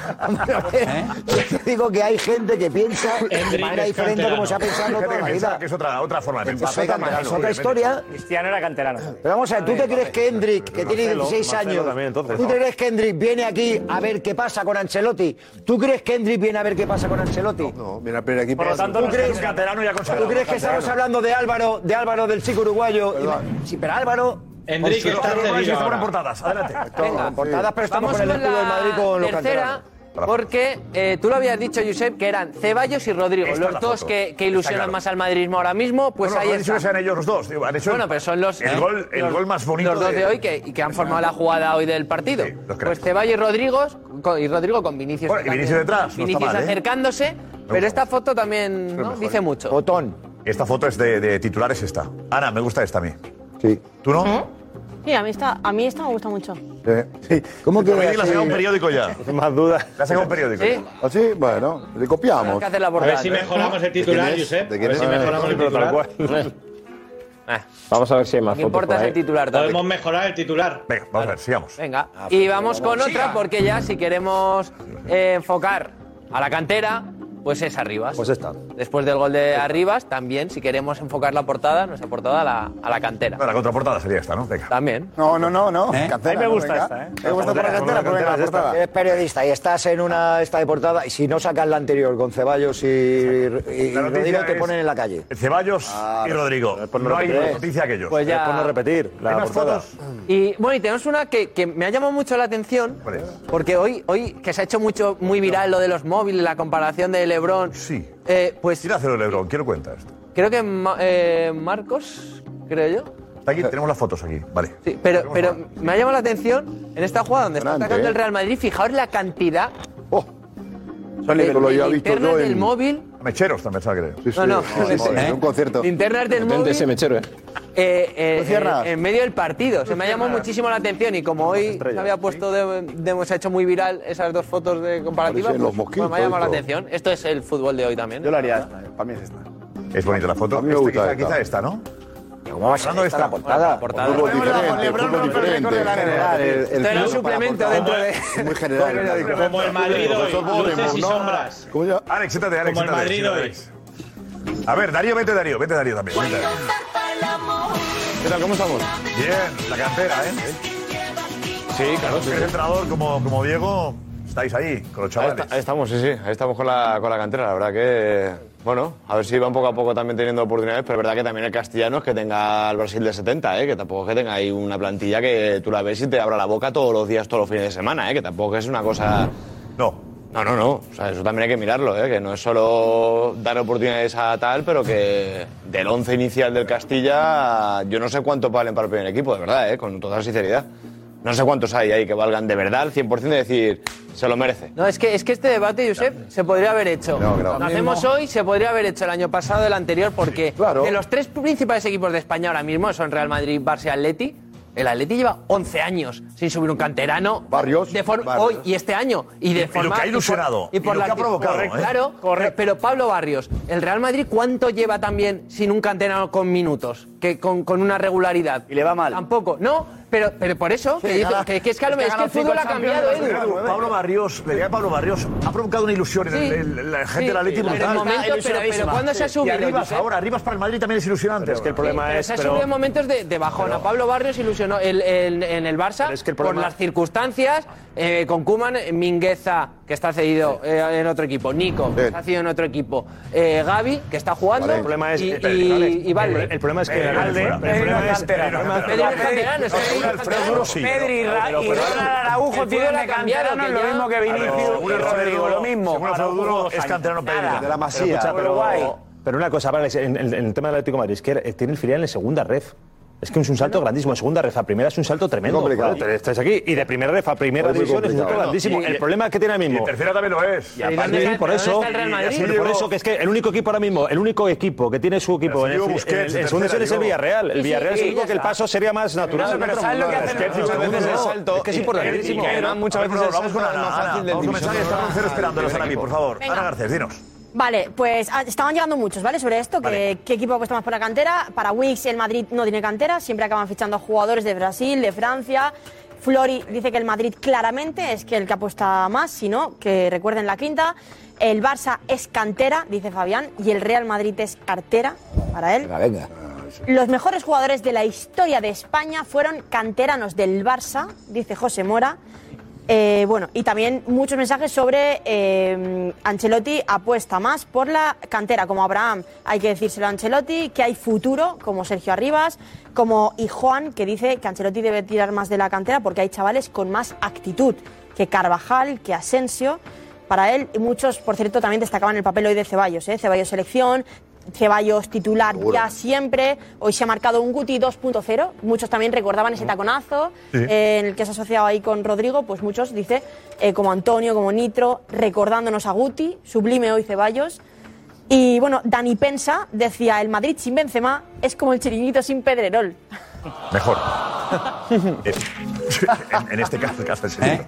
Yo te digo que hay gente que piensa de Enrique manera es diferente canterano. como se ha pensado Hay gente toda que la piensa vida. que es otra, otra forma de Es pensar. otra, es otra obviamente. historia. Cristiano era canterano. Pero vamos a ver, ¿tú te crees que Hendrik, que tiene Marcelo, dieciséis Marcelo años, también, entonces. ¿tú te crees que Hendrik viene aquí a ver qué pasa con Ancelotti? ¿Tú crees que Hendrik viene a ver qué pasa con Ancelotti? No, viene al primer equipo. Por lo tanto, ¿Tú no crees- es un canterano ya ¿Tú consagrado. crees que estamos hablando de Álvaro, de Álvaro del chico uruguayo? Sí, pero Álvaro... Enrique Pero está no, no, es que cedido estamos en ahora. portadas. Adelante. Venga, en portadas, pero estamos Vamos con el con escudo del Madrid con los tercera, canteranos. porque eh, tú lo habías dicho, Josep, que eran Ceballos y Rodrigo, Esta es los la dos foto. que, que Está ilusionan claro. más al madridismo ahora mismo, pues No, no, ahí no han dicho que está. sean ellos los dos. Digo, han hecho Bueno, el- pero son los, el, ¿eh? gol, el los- gol más bonito. los dos de hoy que, y que han formado la jugada hoy del partido. Sí, los cracks. Pues Ceballos y Rodrigo, con, y Rodrigo con Vinicius. Bueno, y también. Vinicius detrás, no está Vinicius mal, ¿eh? acercándose, pero esta foto también ¿no? dice mucho. Botón. Esta foto es de, de titular, es esta. Ana, me gusta esta a mí. Sí. ¿Tú no? Sí, a mí esta, a mí esta me gusta mucho. Sí. ¿Cómo que Pero le has así? sacado un periódico ya. Más dudas. Le has sacado un periódico. ¿Sí? ¿Así? Bueno, le copiamos. ¿Qué hace la A ver portada? si mejoramos el titular, quién es? Josep. ¿De A quién ver si es? mejoramos el Pero tal titular. cual. Vamos a ver si hay más Lo que fotos importa por es ahí. el titular también. Podemos mejorar el titular. Venga, vamos a ver, sigamos. Venga, y vamos con otra porque ya si queremos eh, enfocar a la cantera, pues es Arribas. Pues esta. Después del gol de Arribas, también si queremos enfocar la portada, nuestra portada a la, a la cantera. No, la contraportada sería esta, ¿no? Venga. También. No, no, no, no. A Cantera, mí me no, gusta venga. esta, ¿eh? ¿Te gusta por la cantera? Pues venga, la portada. Eres periodista y estás en una esta de portada y si no sacas la anterior con Ceballos y, y La noticia Rodrigo te es- ponen en la calle. Ceballos y Rodrigo. por no No hay repetir. noticia que ellos. Pues ya- Por no repetir ¿Hay la más portada. fotos? Y bueno, y tenemos una que, que me ha llamado mucho la atención, ¿Cuál es? porque hoy, hoy que se ha hecho mucho, muy viral lo de los móviles, la comparación de LeBron. Sí. eh, pues ¿Quién hace lo de Lebron? ¿Quién lo cuenta esto? creo que Ma- eh, Marcos, creo yo. Está aquí, tenemos las fotos aquí. Vale. Sí, pero, Tenemos pero la- me ha llamado la atención en esta jugada donde está Impresionante, atacando ¿eh? el Real Madrid. Fijaos la cantidad Oh, de, Esto lo de había visto linternas yo del en- móvil. Mecheros también, ¿sabes? Creo. sí, sí. No, no, Sí, sí, en un concierto. linternas del Potente móvil ese mechero, ¿eh? eh, eh, Luciernas. en, en medio del partido. Se me ha llamado muchísimo la atención y como hoy se había puesto, de, de- se ha hecho muy viral esas dos fotos de comparativa, Parecen pues, los mosquitos, pues me ha llamado la esto. atención. Esto es el fútbol de hoy también. Yo lo haría esta. Para mí es esta. Es bonita la foto. A mí me Esta, gusta quizá, esta. quizá esta, ¿no? ¿Cómo va a ser Hablando de esta esta la portada? portada. Fútbol Lebron diferente, rompe fútbol el récord de diferente. la general. El, el Esto era un físico para la suplemento portada. dentro de... Muy general. Como el Madrid hoy, Profesor luces y Boremus, ¿no? sombras. ¿Cómo ya? Alex, siéntate, Alex. Como el siéntate, Madrid siéntate, hoy. Alex. A ver, Darío, vete Darío, vete Darío también. vete, Darío. ¿Qué tal? ¿Cómo estamos? Bien, la cantera, ¿eh? Sí, claro. Eres entrenador como, como Diego, estáis ahí, con los Ahí, chavales. está- ahí estamos, sí, sí. Ahí estamos con la, con la cantera. La verdad que, bueno, a ver si van poco a poco también teniendo oportunidades, pero es verdad que también el castellano es que tenga el Brasil de setenta, ¿eh? Que tampoco es que tenga ahí una plantilla que tú la ves y te abra la boca todos los días, todos los fines de semana, ¿eh? Que tampoco es una cosa... No. No, no, no. O sea, eso también hay que mirarlo, ¿eh? Que no es solo dar oportunidades a tal, pero que del once inicial del Castilla, yo no sé cuántos valen para el primer equipo, de verdad, ¿eh? Con toda sinceridad. No sé cuántos hay ahí que valgan de verdad al cien por ciento de decir, se lo merece. No, es que, es que este debate, Josep, se podría haber hecho. No, claro. Lo hacemos hoy, se podría haber hecho el año pasado, el anterior, porque de los tres principales equipos de España ahora mismo son Real Madrid, Barça y Atleti. El Atleti lleva once años sin subir un canterano. Barrios. De for- Barrios. Hoy y este año. Y de Y lo forma, que ha ilusionado, Y por, y lo la que ha provocado, Correcto, ¿eh? Claro, correcto. Pero Pablo Barrios, ¿el Real Madrid cuánto lleva también sin un canterano con minutos? Que con, con una regularidad. Y le va mal. Tampoco. No, Pero, pero por eso, que, dice, que, que es que, a lo mejor es que el fútbol ha cambiado, Edu. Pablo Barrios, le diría a Pablo Barrios, ha provocado una ilusión en el, el- el- la gente de la Leti pero, brutal. momento, pero, pero ¿cuándo se ha subido? Y Arribas Josep? ahora, Arribas para el Madrid también es ilusionante. Es que el problema Pero es... se ha pero- subido en momentos de, de bajón. A Pablo Barrios ilusionó el, el- en el Barça es que el por problema- las circunstancias, eh, con Koeman, Mingueza, que está cedido eh, en otro equipo, Nico, que está cedido en otro equipo, eh, Gavi, que está jugando, Vale. El problema es- y, eh, y, vale. y Valde. El- el problema es que- Valde, Valde, Pedri el problema no es es- canterano. el problema es- Pedri no es canterano, es que Pedri no es canterano. sí. Pedri y Ra- Pero- y pero- Ronald Araujo el tienen fútbol de ha cambiado, canterano, que lo ya- mismo que Claro, Vinicius según y Alfredo Rodrigo, Duro- lo mismo. según Alfredo Araujo Duro dos es años. canterano Pedri. Nada. De la Masía. Pero, escucha, pero- Uruguay. pero una cosa, vale, en, en el tema del Atlético de Madrid, es que eh, tiene el filial en segunda red. Es que es un salto grandísimo. En segunda ref a primera es un salto tremendo. complicado. Joder, estáis aquí. Y de primera ref a primera Es muy división es un salto complicado. grandísimo. Y- El problema que tiene ahora Y mismo. en tercera también lo es. Y aparte, está- por dónde eso, está el Real Madrid? y así por eso que es que el único equipo ahora mismo, el único equipo que tiene su equipo en, el, Diego en, Busquets, en, en en segunda tercera, división es el digo. Villarreal. El Sí, Villarreal sí, es el único ya que el está. paso sería más natural. Pero ¿sabes lo que hacen? Es que Muchas veces el salto- Es que es importantísimo. y que además muchas veces el Vamos con salto es Ana, más Ana, fácil del vamos con división mensaje, de está honor. Roncero esperándolos ahora aquí, por favor. Venga. Ana Garcés, dinos. Vale, pues ah, estaban llegando muchos, ¿vale? Sobre esto, que, Vale. qué equipo apuesta más por la cantera. Para Wix el Madrid no tiene cantera, siempre acaban fichando a jugadores de Brasil, de Francia. Flori dice que el Madrid claramente es que el que apuesta más, si no, que recuerden la quinta. El Barça es cantera, dice Fabián, y el Real Madrid es cartera para él. Venga, venga. Los mejores jugadores de la historia de España fueron canteranos del Barça, dice José Mora. Eh, bueno, y también muchos mensajes sobre eh, Ancelotti apuesta más por la cantera, como Abraham, hay que decírselo a Ancelotti, que hay futuro, como Sergio Arribas, como y Juan, que dice que Ancelotti debe tirar más de la cantera porque hay chavales con más actitud que Carvajal, que Asensio. Para él, y muchos, por cierto, también destacaban el papel hoy de Ceballos, ¿eh? Ceballos selección, Ceballos titular ya siempre. Hoy se ha marcado un Guti dos punto cero. Muchos también recordaban ese taconazo Sí. eh, en el que se ha asociado ahí con Rodrigo. Pues muchos, dice, eh, como Antonio, como Nitro, recordándonos a Guti. Sublime hoy Ceballos. Y bueno, Dani Pensa decía, el Madrid sin Benzema es como el Chiringuito sin Pedrerol. Mejor. Eh, en, en este caso, el caso es serio.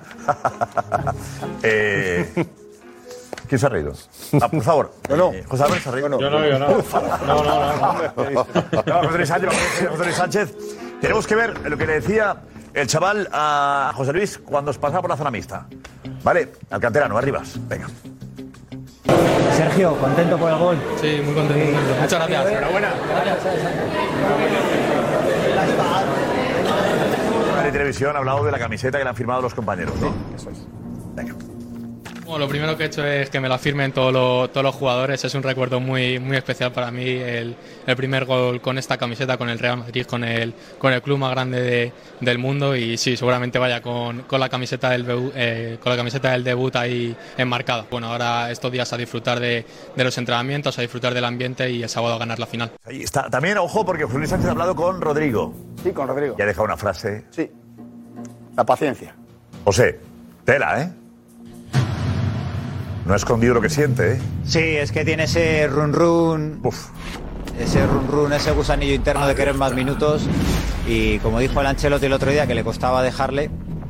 Eh, ¿Quién se ha reído? Ah, por favor. No, no. Eh, José Álvarez se ha reído. Yo no, yo no. No, no, no. No, José Luis Sánchez, José Luis Sánchez. Tenemos que ver lo que le decía el chaval a José Luis cuando pasaba por la zona mixta. Vale, al canterano, Arribas. Venga. Sergio, contento por el gol. Sí, muy contento. Muchas gracias. Enhorabuena. La televisión ha hablado de la camiseta que le han firmado los compañeros, ¿no? Eso es. Venga. Bueno, lo primero que he hecho es que me la firmen todos los, todos los jugadores. Es un recuerdo muy, muy especial para mí el, el primer gol con esta camiseta, con el Real Madrid, con el, con el club más grande de- del mundo. Y sí, seguramente vaya con, con, la camiseta del, bebu- eh, con la camiseta del debut ahí enmarcada. Bueno, ahora estos días a disfrutar de, de los entrenamientos, a disfrutar del ambiente y el sábado a ganar la final. Ahí está. También, ojo, porque José Luis Sánchez ha hablado con Rodrigo. Sí, con Rodrigo. Y ha dejado una frase. Sí. La paciencia. José, tela, ¿eh? No ha escondido lo que siente, ¿eh? Sí, es que tiene ese run run, ese run run, ese gusanillo interno de querer más minutos y como dijo el Ancelotti el otro día que le costaba dejarle.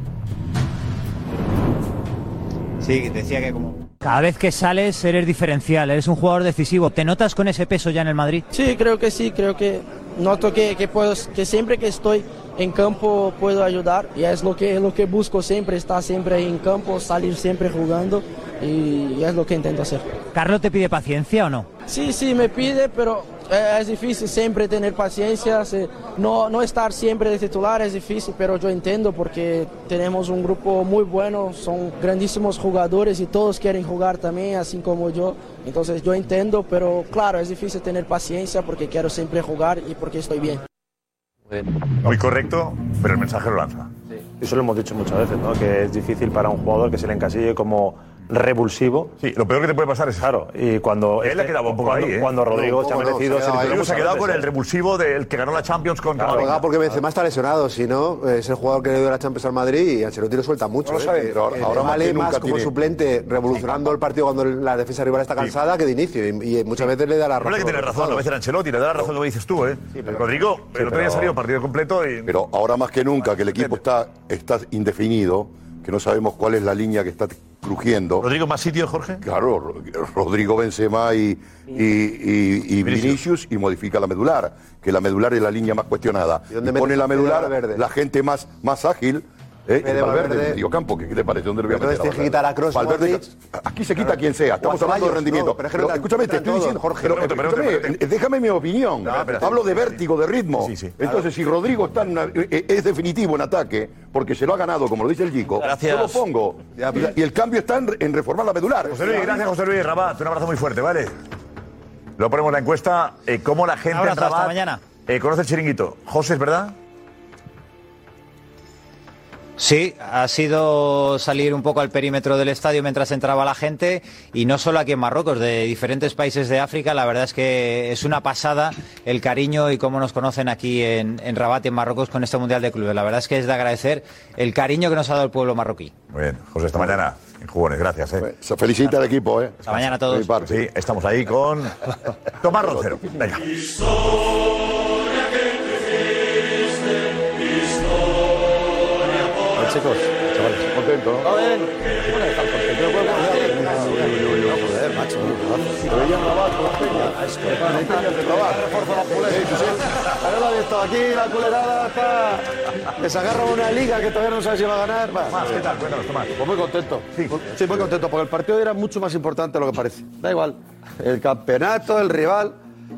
Sí, decía que como... Cada vez que sales eres diferencial, eres un jugador decisivo. ¿Te notas con ese peso ya en el Madrid? Sí, creo que sí, creo que noto que, que, puedo, que siempre que estoy en campo puedo ayudar y es lo que, lo que busco siempre, estar siempre en campo, salir siempre jugando y es lo que intento hacer. ¿Carlos te pide paciencia o no? Sí, sí, me pide, pero eh, es difícil siempre tener paciencia, se- no, no estar siempre de titular es difícil, pero yo entiendo porque tenemos un grupo muy bueno, son grandísimos jugadores y todos quieren jugar también, así como yo, entonces yo entiendo, pero claro, es difícil tener paciencia porque quiero siempre jugar y porque estoy bien. Muy correcto, pero el mensaje lo lanza. Eso lo hemos dicho muchas veces, ¿no? Que es difícil para un jugador que se le encasille como revulsivo. Sí, lo peor que te puede pasar es claro. Y cuando Él ha quedado un poco cuando, ahí, ¿eh? cuando Rodrigo No, se ha un poco no, merecido se ha quedado ahí. Rodrigo se ha quedado con el veces. revulsivo del que ganó la Champions con Claro, Camavinga. porque Benzema está lesionado, si no, es el jugador que le dio la Champions al Madrid y Ancelotti lo suelta mucho. No lo ¿eh? sabe, Que- pero que ahora más vale que más nunca como tiene- suplente, revolucionando el partido cuando la defensa rival está cansada que de inicio. Y, y muchas veces le da la razón. No es que tienes razón, a veces Ancelotti le da la razón que dices tú, ¿eh? Rodrigo, el otro día pero- salió partido completo y... Pero ahora más que nunca, que el equipo está, está indefinido, que no sabemos cuál es la línea que está crujiendo. ¿Rodrigo más sitio, Jorge? Claro, Rodrigo, Benzema y, y, y, y Vinicius, y modifica la medular, que la medular es la línea más cuestionada. ¿Y dónde Y metes pone la a medular Valverde? la gente más, más ágil. ¿Eh? Fede Valverde, Valverde. medio campo, ¿qué, ¿qué te parece? ¿Dónde lo voy a Entonces meter? tienes que quitar a Kroos, Valverde, Modric. aquí se quita quien sea, estamos O a hablando de Ceballos, rendimiento. no, pero es que Pero, no- escúchame, te no estoy todos, diciendo, Jorge, pero, pregunta, escúchame, pregunta, pregunta. eh, déjame mi opinión. No, espérate. Hablo de vértigo, de ritmo. Sí, sí, sí. Entonces, si Rodrigo está en una- eh, es definitivo en ataque, porque se lo ha ganado, como lo dice el Chico, Gracias. yo lo pongo. Y, y el cambio está en, en reformar la medular. José Luis, gracias, José Luis. Rabat, un abrazo muy fuerte, ¿vale? Luego ponemos la encuesta. Eh, ¿Cómo la gente Un abrazo, en Rabat hasta mañana. eh, conoce el chiringuito? José, ¿es verdad? Sí, ha sido salir un poco al perímetro del estadio mientras entraba la gente, y no solo aquí en Marruecos, de diferentes países de África. La verdad es que es una pasada el cariño y cómo nos conocen aquí en, en Rabat, en Marruecos, con este Mundial de Clubes. La verdad es que es de agradecer el cariño que nos ha dado el pueblo marroquí. Muy bien, José, esta mañana en Jugones, gracias. ¿eh? Se felicita al equipo, ¿eh? Hasta mañana a todos. Sí, estamos ahí con Tomás Rocero. Venga. Chicos, chavales, contento, ¿no? Joder, macho. Te veía en Rabat con la peña. Hay peñas de Rabat. Refuerzo la culera. Ahora lo he visto aquí, la culerada está. Les agarra una liga que todavía no sabe si va a ganar. Va. Tomás, ¿qué tal? Cuéntanos, Tomás. Pues muy contento. Sí. sí, muy contento, porque el partido era mucho más importante de lo que parece. Da igual. El campeonato, el rival.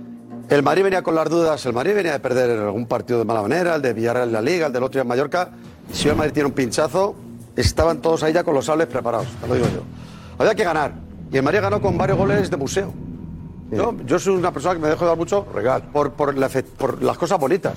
El Madrid venía con las dudas. El Madrid venía de perder algún partido de mala manera, el de Villarreal en la Liga, el del otro día en Mallorca. Si el Madrid tiene un pinchazo, estaban todos ahí ya con los sables preparados, te lo digo yo. Había que ganar. Y el Madrid ganó con varios goles de museo. Yo, yo soy una persona que me dejo dar mucho por, por, la, por las cosas bonitas.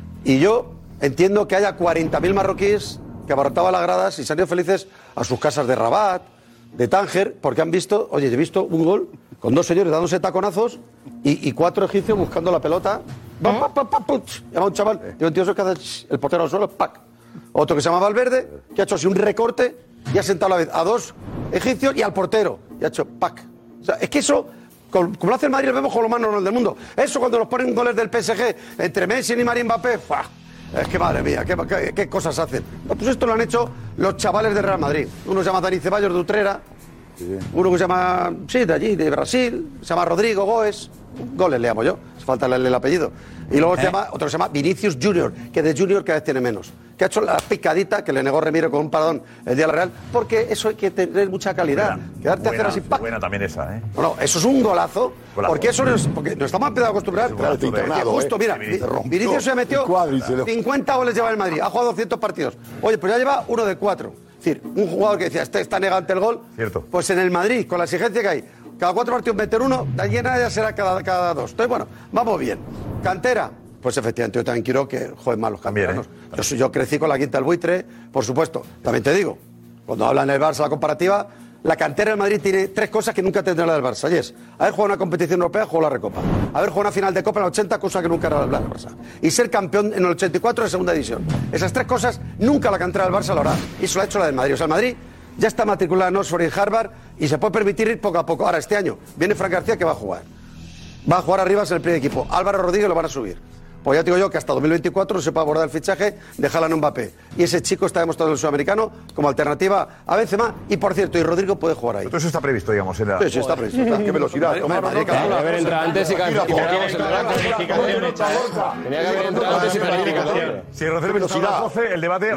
Y yo entiendo que haya cuarenta mil marroquíes que abarrotaban las gradas y salieron felices a sus casas de Rabat, de Tánger, porque han visto, oye, he visto un gol con dos señores dándose taconazos y, y cuatro egipcios buscando la pelota. Pa, pa, pa, pa, puch. Llama un chaval de veintiocho que hace el portero al suelo, ¡pac! Otro que se llama Valverde, que ha hecho así un recorte y ha sentado a la vez a dos egipcios y al portero. Y ha hecho ¡pac! O sea, es que eso, como lo hace el Madrid, lo vemos con lo más normal del mundo. Eso cuando nos ponen goles del P S G entre Messi y Marín Mbappé, ¡fua! Es que madre mía, ¿qué, qué, qué cosas hacen? No, pues esto lo han hecho los chavales de Real Madrid. Uno se llama Dani Ceballos de Utrera, sí. Uno que se llama, sí, de allí, de Brasil, se llama Rodrigo Goes. Goles le llamo yo, hace falta leerle el apellido. Y luego ¿Eh? se llama, otro que se llama Vinicius Junior, que de Junior cada vez tiene menos. Que ha hecho la picadita que le negó Remiro con un paradón el día de la Real, porque eso hay que tener mucha calidad. Buena, Quedarte buena, a hacer así, ¡pac! Buena también esa, ¿eh? Bueno, eso es un golazo, Golazo. porque eso no es, porque nos estamos empezando a acostumbrar. Golazo, que internado, justo, eh. mira, Sí, Vinicius. Vinicius se metió cincuenta goles lleva el Madrid, ha jugado doscientos partidos. Oye, pues ya lleva uno de cuatro. Es decir, un jugador que decía, este está negante el gol. Cierto. Pues en el Madrid, con la exigencia que hay, cada cuatro partidos meter uno, de allí en nada ya será cada, cada dos. Entonces, bueno, vamos bien. Cantera. Pues efectivamente, yo también quiero que jueguen más los canteranos. ¿eh? Yo, soy- yo crecí con la quinta del buitre, por supuesto. También te digo, cuando hablan del Barça, la comparativa, la cantera del Madrid tiene tres cosas que nunca tendrá la del Barça. Y es haber jugado una competición europea, jugado la Recopa. Haber jugado una final de Copa en el ochenta, cosa que nunca hará la del Barça. Y ser campeón en el ochenta y cuatro de segunda división. Esas tres cosas nunca la cantera del Barça lo hará. Y eso lo ha hecho la del Madrid. O sea, el Madrid ya está matriculado en Oxford y en Harvard y se puede permitir ir poco a poco. Ahora, este año viene Fran García, que va a jugar. Va a jugar arriba en el primer equipo. Álvaro Rodríguez lo van a subir. Pues ya te digo yo que hasta dos mil veinticuatro no se puede abordar el fichaje de Haaland Mbappé. Y ese chico está demostrado en el sudamericano como alternativa a Benzema. Y por cierto, y Rodrigo puede jugar ahí. Todo eso está previsto, digamos. En la... Sí, sí, está previsto. Está. Qué velocidad. Hombre, Madrid, Madrid, calcula. Madrid, Haber entrado antes y Tranquilo, calificamos Jorge. el debate. Tenía que haber entrado antes y calificación. Si el Rocero está a las doce, el debate...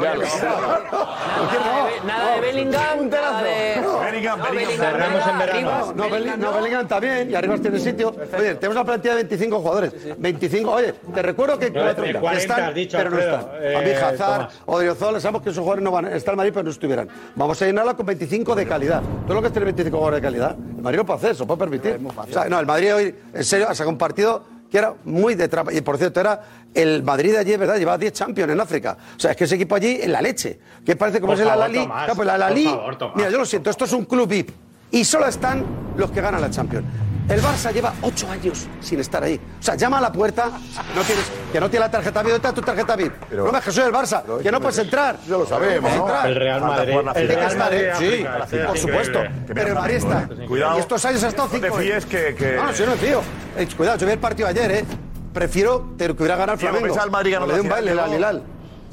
Nada de Bellingham, nada de... Bellingham, Bellingham. Cerramos en verano. No, Bellingham, no, Bellingham también. Y arriba tiene sitio. Oye, tenemos una plantilla de veinticinco jugadores. veinticinco. Oye, te recuerdo que cuatro de cuarenta están, has dicho, pero no Alfredo. están. Eh, A mí, Hazard, Tomás. Odriozola, sabemos que esos jugadores no van a estar en Madrid, pero no estuvieran. Vamos a llenarla con veinticinco de calidad. Todo lo que es tener veinticinco jugadores de calidad. El Madrid no puede hacer eso, puede permitir. O sea, no, el Madrid hoy, en serio, ha sacado un partido que era muy de trapa. Y por cierto, era el Madrid de allí, ¿verdad? Llevaba diez Champions en África. O sea, es que ese equipo allí en la leche. Que parece como Por es el favor, Al-Ahly. Tomás, Claro, pues el Al-Ahly. por favor, Tomás. Mira, yo lo siento, esto es un club V I P. Y solo están los que ganan la Champions. El Barça lleva ocho años sin estar ahí. O sea, llama a la puerta, no tienes, que no tiene la tarjeta V I P. ¿Dónde está tu tarjeta V I P? Pero- no me que soy el Barça, que no puedes entrar. Ya lo sabemos, No ¿no? puedes entrar. El Real Madrid. El de Real Madrid, sí, África, sí, por sí, supuesto. increíble. Pero el Madrid está. Cuidado. Y estos años ha estado No cinco. te fíes que- que- No, no, si no me fío. Eh, cuidado, yo vi el partido ayer, ¿eh? Prefiero que hubiera ganado el Diego, Flamengo. ¿ves al Madrid ganando Le dio un la baile final, al Diego? Hilal.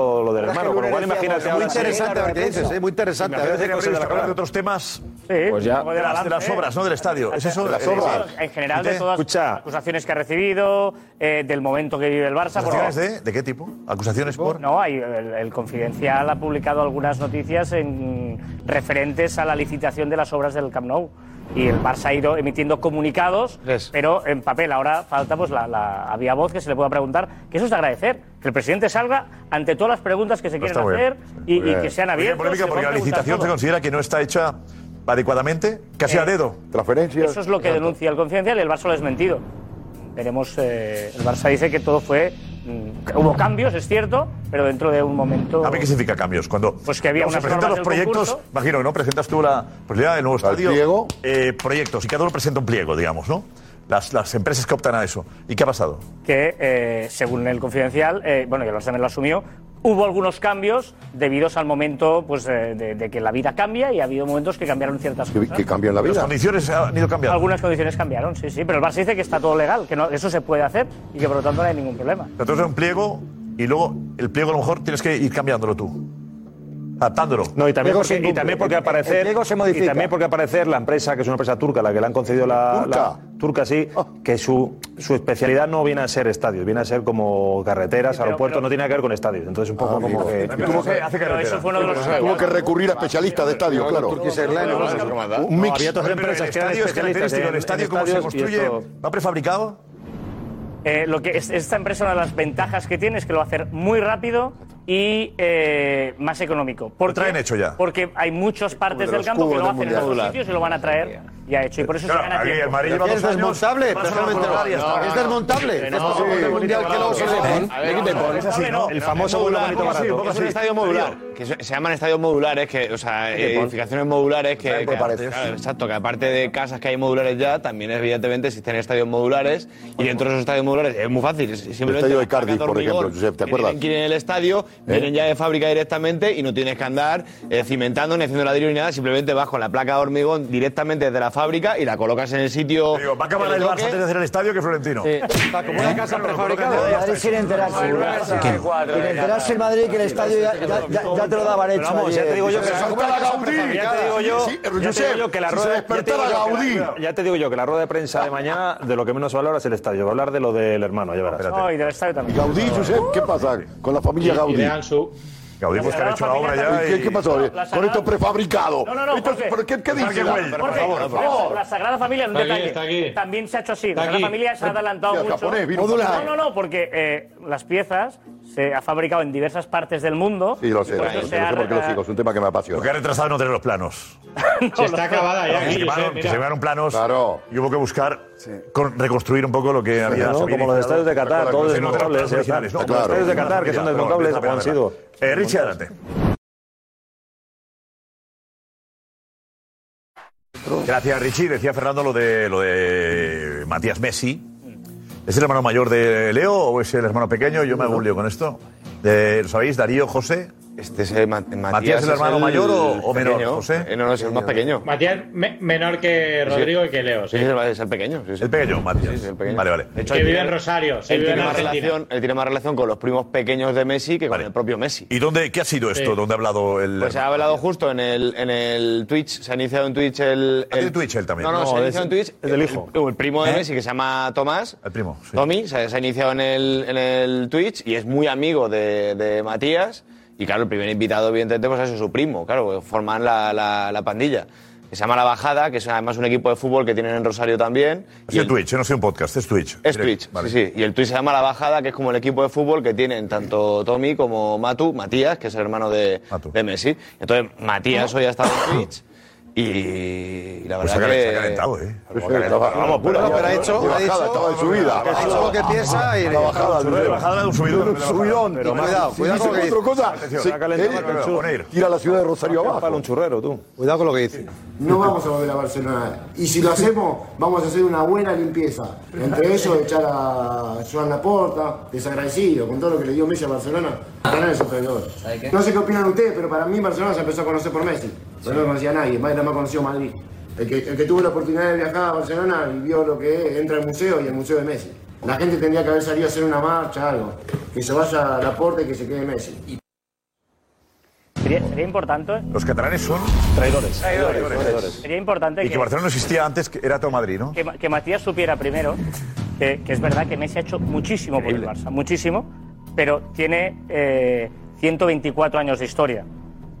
lo, lo del hermano, con lo cual imagínate Muy ahora... interesante lo que dices, ¿eh? Muy interesante. Imagínate A veces que de hablar de otros temas. Pues ya. de, las, de las obras, ¿no? Del estadio. ¿Es eso? De las obras. En general, de todas las acusaciones que ha recibido, eh, del momento que vive el Barça. ¿Acusaciones de, de qué tipo? ¿Acusaciones por...? No, hay, el, el Confidencial ha publicado algunas noticias en, referentes a la licitación de las obras del Camp Nou. y el Barça ha ido emitiendo comunicados, pero en papel. Ahora falta pues la, la a viva voz que se le pueda preguntar, que eso es de agradecer, que el presidente salga ante todas las preguntas que se quieren hacer y, y que sean abiertas. Polémica porque la licitación se considera que no está hecha adecuadamente, casi a dedo. Transferencias. Eso es lo que denuncia el Confidencial y el Barça lo ha desmentido. Veremos, eh, el Barça dice que todo fue... Mmm, hubo cambios, es cierto, pero dentro de un momento... ¿A mí qué significa cambios? Cuando pues que había se unas presentan los normas del proyectos, concurso. imagino que no presentas tú la posibilidad del nuevo estadio. pliego. Eh, proyectos, y cada uno presenta un pliego, digamos, ¿no? Las, las empresas que optan a eso. ¿Y qué ha pasado? Que, eh, según el Confidencial, eh, bueno, y el Barça también lo asumió, hubo algunos cambios debidos al momento pues, eh, de, de que la vida cambia y ha habido momentos que cambiaron ciertas ¿Que, cosas. que cambian la vida? Las condiciones han ido cambiando. Algunas condiciones cambiaron, sí, sí, pero el Barça dice que está todo legal, que no, eso se puede hacer y que por lo tanto no hay ningún problema. Entonces es un pliego y luego el pliego a lo mejor tienes que ir cambiándolo tú. Adaptándolo. No, y también Pliego porque, sin y también porque el- el aparecer pliego se y modifica. también porque aparecer la empresa que es una empresa turca, la que le han concedido la ¿Turca? la- turca sí, que su, su especialidad no viene a ser estadios, viene a ser como carreteras, pero- aeropuertos, pero- no tiene nada que ver con estadios. Entonces un poco Ah, como amigo. que ¿Y cómo que hace Pero eso fue uno de los... Tuvo que recurrir a especialistas de estadio, claro. Turkish Airlines, Un No, mix. había otras Pero empresas el que eran estadio es especialistas característico, en- el estadio en cómo se estadios y construye, esto- ¿va prefabricado? Eh, lo que es, esta empresa, una de las ventajas que tiene es que lo va a hacer muy rápido y eh, más económico. Porque, traen hecho ya. Porque hay muchas partes de del los campo que cubos lo del hacen en Mundial. otros sitios y lo van a traer ya hecho. Y por eso Claro, se gana aquí el tiempo. Madrid lleva ¿Es dos años. desmontable? Vas a Perdóname, mejorar y ya está. ¿Es desmontable? No, Esto es el mundial que luego se le A ver, ¿qué te pones? así, ¿no? El famoso Es vuelo modular, bonito sí, barato. es un estadio modular, que se se llaman estadios modulares, que, o sea, edificaciones modulares que, que- claro, exacto, que aparte de casas que hay modulares ya, también evidentemente existen estadios modulares y dentro de esos estadios modulares es muy fácil, es simplemente estadio de las placas Cardiff, por hormigón ejemplo, Josep, ¿te que acuerdas? tienen que ir en el estadio, vienen ya de fábrica directamente y no tienes que andar eh, cimentando ni haciendo ladrillo ni nada, simplemente vas con la placa de hormigón directamente desde la fábrica y la colocas en el sitio. Digo, va a acabar que el le Barça toque. antes de hacer el estadio que Florentino. Está como una casa prefabricada. El Madrid sin enterarse. Sin enterarse el Madrid que el estadio ya, ya- ya- ya te lo daban hecho. Vamos, ya te digo yo que Se saltaba Gaudí. ya te digo yo, Sí, ya te digo Josep, yo que la si rueda se ya te digo despertara yo que Gaudí. la- ya te digo yo que la rueda de prensa de mañana de lo que menos va a hablar es el estadio, va a hablar de lo del hermano, ya verás. No, y del estadio también. Gaudí, Josep, ¿qué pasa con la familia Y Gaudí? de Ansu. Gaudí, pues que han hecho la obra ya. ¿Qué, y- qué pasó? la Con Sagrada- esto prefabricado. No, no, no, Esto- Jorge. ¿Pero qué, qué dice? Jorge Güell, la- por Jorge, favor, por favor. la Sagrada Familia, un Está aquí, detalle, está aquí. también se ha hecho así. La Está Sagrada aquí. Familia se ha adelantado Mira, mucho. japonés, vino No, japonés. no, no, porque eh, las piezas se ha fabricado en diversas partes del mundo. Sí, lo sé, y por lo eso sé, se lo ha sé porque lo rega- sigo, es un tema que me Lo que apasiona. ha retrasado no tener los planos. Se está acabada ya Que se aquí, llevaron, Josep, que se mira. llevaron planos Claro. y hubo que buscar con- reconstruir un poco lo que había. ¿no? se había Como los estadios de Qatar, iniciado. todos Sí, no, desmontables, los ya originales, está. ¿no? Los estadios de Qatar, que son Pero, desmontables, pero, han pero, sido Eh, Richie, adelante. Gracias, Richie. Decía Fernando lo de lo de Matías Messi. ¿Es el hermano mayor de Leo o es el hermano pequeño? Yo me hago un lío con esto. Eh, ¿Lo sabéis? Darío, José. Este es el Ma- Matías, ¿Matías es el hermano mayor o- o menor, pequeño. José? Eh, no, no, es el más pequeño. Matías me- menor que Rodrigo y que Leo, sí. Sí, es el, es el pequeño. Sí, sí. El pequeño, Matías. Sí, sí, el pequeño. Vale, vale. De hecho, Que él vive tiene- en Rosario, sí, él, vive tiene en más Argentina. relación, él tiene más relación con los primos pequeños de Messi que con el propio Messi. ¿Y dónde, qué ha sido esto? Sí. ¿Dónde ha hablado el.? Pues se ha hablado justo en el, en el Twitch, se ha iniciado en Twitch el... ¿Ha el tenido Twitch él también? No, no, No, se ha es- iniciado en Twitch es del hijo. El, el primo de ¿Eh? Messi que se llama Tomás, El primo. Sí. Tommy, se, se ha iniciado en el, en el Twitch y es muy amigo de, de Matías. Y claro, el primer invitado, evidentemente, pues es su primo, claro, forman la, la, la pandilla. Que se llama La Bajada, que es además un equipo de fútbol que tienen en Rosario también. Es Y el el- Twitch, eh, no soy un podcast, es Twitch. Es Direct. Twitch, Vale. sí, sí. Y el Twitch se llama La Bajada, que es como el equipo de fútbol que tienen tanto Tommy como Matu, Matías, que es el hermano de, de Messi. Entonces, Matías hoy ha estado en Twitch y la Pues verdad se ha- que... se ha calentado, ¿eh? Vamos, Bueno, pero ha hecho, La ha dicho, bajada, estaba en subida. ha dicho lo que piensa y... La bajada, La bajada de un subidón. Un subidón. Pero más- Cuidado, Si cuidado dice con lo que cuatro dice. cosas, Atención, se- se ha calentado, él pero con ir. tira la ciudad de Rosario Para un abajo. churrero, tú. Cuidado con lo que dice. No vamos a volver a Barcelona. Y si lo hacemos, vamos a hacer una buena limpieza. Entre ellos, echar a Joan Laporta, desagradecido con todo lo que le dio Messi a Barcelona. Ganar el superior. No sé qué opinan ustedes, pero para mí Barcelona se empezó a conocer por Messi. Pero no conocía a nadie, más nada más conoció Madrid. El que, el que tuvo la oportunidad de viajar a Barcelona y vio lo que es, entra al museo y el museo de Messi. La gente tendría que haber salido a hacer una marcha, algo. Que se vaya a Laporta y que se quede Messi. Sería, sería importante, Los catalanes son Traidores. traidores. sería importante Y que que, Barcelona no existía antes, que era todo Madrid, ¿no? que, Ma- que Matías supiera primero que, que es verdad que Messi ha hecho muchísimo por el Barça, muchísimo, pero tiene eh, ciento veinticuatro años de historia.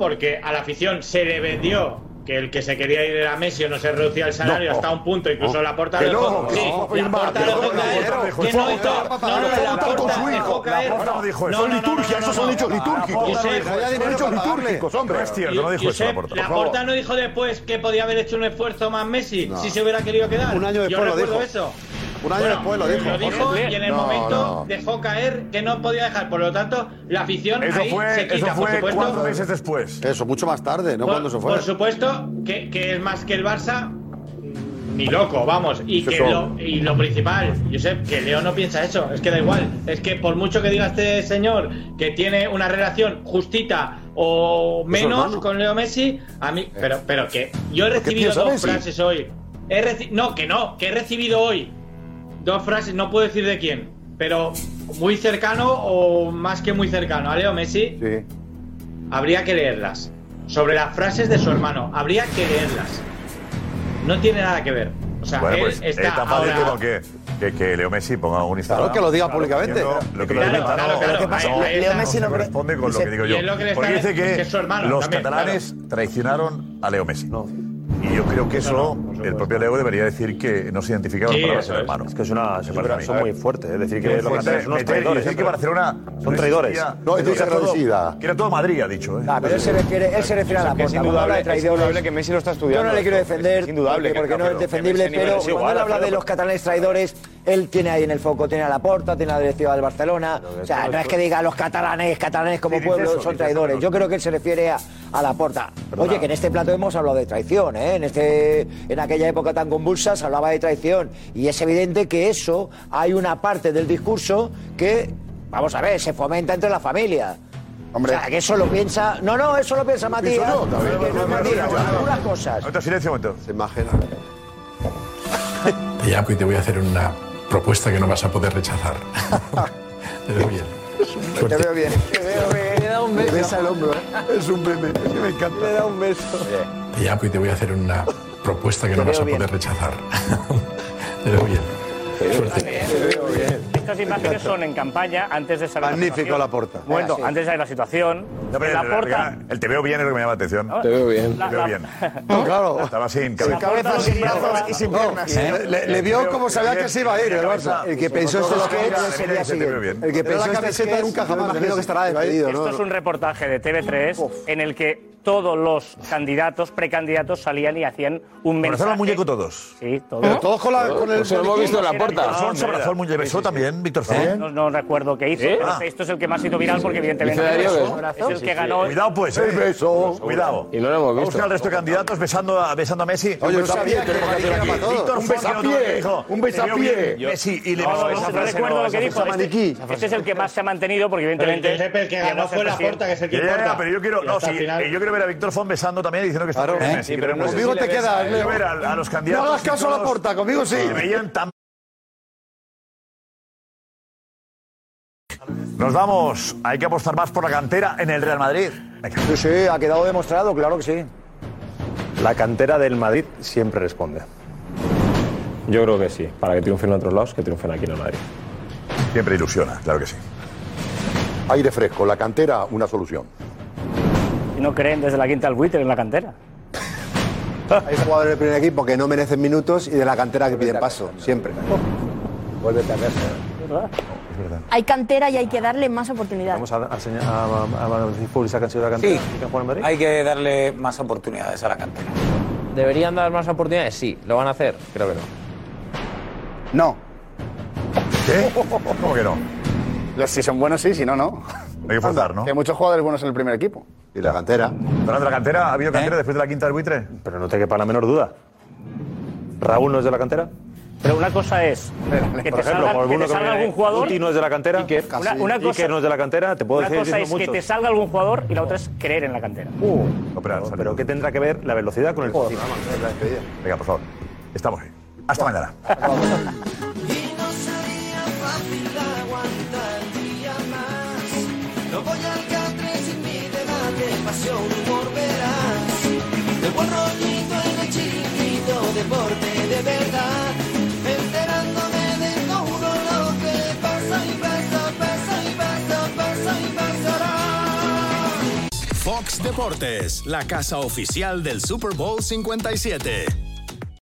porque a la afición se le vendió que el que se quería ir era Messi o no se reducía el salario No. hasta un punto, incluso No. Laporta Que lo dejó. no, Sí, no, Laporta que lo no, dejó caer. Laporta dejó- Que no Laporta- hizo. Laporta No, no, con Laporta su hijo. dejó caer. Laporta no dijo eso. No, no, Son liturgias, no, no, esos son no, hechos no. litúrgicos. Josep, Son hechos litúrgicos, hombre. No es cierto, no dijo eso Josep, Laporta. Laporta no dijo después que podía haber hecho un esfuerzo más Messi No. si se hubiera querido quedar. Un año después Yo lo recuerdo dijo. eso. Un año después lo dijo. Lo dijo y en el No, momento no. dejó caer que no podía dejar. Por lo tanto, la afición Eso ahí fue, se quita, eso por fue supuesto. cuatro meses después. Eso, mucho más tarde, ¿no? Por, Cuando se fue. por supuesto que, que es más que el Barça, ni loco, vamos. Y que Eso. lo, y lo principal, Josep, que Leo no piensa eso. Es que da igual. Es que por mucho que diga este señor que tiene una relación justita o menos hermano. con Leo Messi, a mí. Pero, pero que yo he ¿Pero qué recibido piensa dos Messi? frases hoy. He reci- no, que no, que he recibido hoy dos frases, no puedo decir de quién, pero muy cercano o más que muy cercano a Leo Messi. Sí. Habría que leerlas. Sobre las frases de su hermano, habría que leerlas. No tiene nada que ver. O sea, Bueno, él pues está es tan fácil ahora... como que, que, que Leo Messi ponga un Instagram. Claro, que lo diga públicamente. diciendo Lo que Claro, le claro, claro, Lo que claro, pasa ahí- es que ahí Leo está. Messi no corresponde con lo que digo y yo. es lo que le Porque está- dice que, es que es su hermano los también, catalanes traicionaron a Leo Messi. Y yo creo que eso, el propio Leo debería decir que no se identificaba Sí, para eso ser es. hermano. Es que es una Me parece a mí. son muy fuertes. Es decir, que Muy los fuerte. catalanes son unos Meter y traidores. decir que Barcelona son traidores. existía- No, es que era todo- desagradecida. Que era todo Madrid, ha dicho. ¿eh? Ah, pero él se refiere, él se refiere a la Que es Porta. Cuando indudable, habla de es traidores, indudable que Messi lo está estudiando. Yo no le quiero esto. defender Es indudable porque, que- porque no pero es que defendible, Messi a nivel pero es cuando igual, él habla de Alfredo. los catalanes traidores, él tiene ahí en el foco, tiene a la Porta, tiene a la directiva del Barcelona. O sea, no es que diga los catalanes, catalanes como Sí, dice pueblo eso, son dice traidores. eso. Yo creo que él se refiere a, a la Porta. Oye, que en este plato hemos hablado de traición, ¿eh? En, este, en aquella época tan convulsa se hablaba de traición. Y es evidente que eso, hay una parte del discurso que, vamos a ver, se fomenta entre la familia. Hombre. O sea, que eso lo piensa... No, no, eso lo piensa Matías. pienso yo también. que no es Matías, algunas cosas. Ahorita, silencio un momento. Se imagina. Ya, pues te voy a hacer una propuesta que no vas a poder rechazar. Te veo bien. Te veo bien. Te veo bien. Le da un beso. Besa el hombro, ¿eh? Es un meme, es que me encanta. Le da un beso. Ya, pues te voy a hacer una propuesta que no vas a veo poder rechazar. Te veo bien. Suerte. Estas imágenes son en campaña antes de saber Magnífico la situación. Laporta. Un momento, Sí. antes de saber la situación. No, pero la el- porta. El te veo bien es lo que me llama la atención. Te veo bien. la- Te veo la- bien. No, claro. Estaba sin Sin cabeza. cabeza, sin quería brazos probar. y sin piernas. Le, le vio como sabía que se iba a ir el Barça. El que pensó este sketch Te veo siguiente. bien. El que pensó la este camiseta sketch nunca jamás me imagino ves. que estará despedido, Esto ¿no? es un reportaje de T V tres en el que todos los candidatos, precandidatos, salían y hacían un Abrazaron mensaje. al muñeco todos. Sí, todos. Pero todos con, la, con el... Pues lo hemos visto en la puerta. Garzón se abrazó al muñeco. ¿Besó también, Víctor Font? No, no recuerdo qué hizo, ¿Eh? pero Ah. esto es el que más ha sido viral porque evidentemente Dice Darío es que- el que ganó. Cuidado, pues. El eh. beso. Cuidado. Y no lo hemos Vamos visto. con el resto de candidatos besando a, besando a Messi. Oye, Un no sabía besapié que tenemos Madrid aquí. era para todos. Víctor Un Font, que no besapié. dijo, Un te besapié. veo bien, Messi y le No, no, besó. no, Esa no frase recuerdo no, lo esa que dijo. frase Este, maniquí. este es el que más se ha mantenido porque Pero el evidentemente. Giuseppe, el que llegó a ganó ser fue la presidente. porta, que es el que Ya, ya, importa. ya, pero yo quiero, Y no, hasta sí, el final- eh, yo quiero ver a Víctor Font besando también diciendo que está Claro. muy bien ¿Eh? Messi. Sí, Pero pero no no sé Conmigo si te le queda, ves quiero Leo. ver a, a los No candidatos. hagas caso a la todos porta, conmigo sí. Se veían tan... Nos vamos. Hay que apostar más por la cantera en el Real Madrid. Venga. Sí, sí, ha quedado demostrado, claro que sí. La cantera del Madrid siempre responde. Yo creo que sí. Para que triunfen en otros lados, que triunfen aquí en el Madrid. Siempre ilusiona, claro que sí. Aire fresco, la cantera, una solución. Y no creen desde la quinta al buitre en la cantera. Hay jugadores del primer equipo que no merecen minutos y de la cantera que piden paso, siempre. Vuélvete a casa. ¿Verdad? Es verdad. Hay cantera y hay que darle más oportunidades. Vamos a, a, señal- a, a, a decir pública que han sido la cantera. Sí. que han jugado en Madrid. Hay que darle más oportunidades a la cantera. ¿Deberían dar más oportunidades? Sí. ¿Lo van a hacer? Creo que no. No. ¿Qué? ¿Cómo que no? Los si son buenos sí, si no, no. Hay que forzar, ¿no? Que hay muchos jugadores buenos en el primer equipo. Y la cantera. Fernando, ¿la cantera? ¿Ha habido cantera después de la quinta del buitre? Pero no te quepa la menor duda. ¿Raúl no es de la cantera? Pero una cosa es que Por te ejemplo, salga, por que alguno te que salga me- algún jugador. Guti no es de la cantera. Iker, una, una cosa, Iker no es de la cantera. Te puedo una decir cosa es diciendo que te muchos. salga algún jugador y la otra es creer en la cantera. Uh, no, pero, pero ¿qué tendrá que ver la velocidad con el físico? Venga, por favor. Estamos ahí. Hasta mañana. Y no sería fácil aguantar un día más. No voy al catre sin mi debate, pasión, humor, verás. De buen rollito en el chiquito, deporte de verdad. Enterándome de todo lo que pasa y pasa, pasa y pasa, pasa y pasará. Fox Deportes, la casa oficial del Super Bowl cincuenta y siete.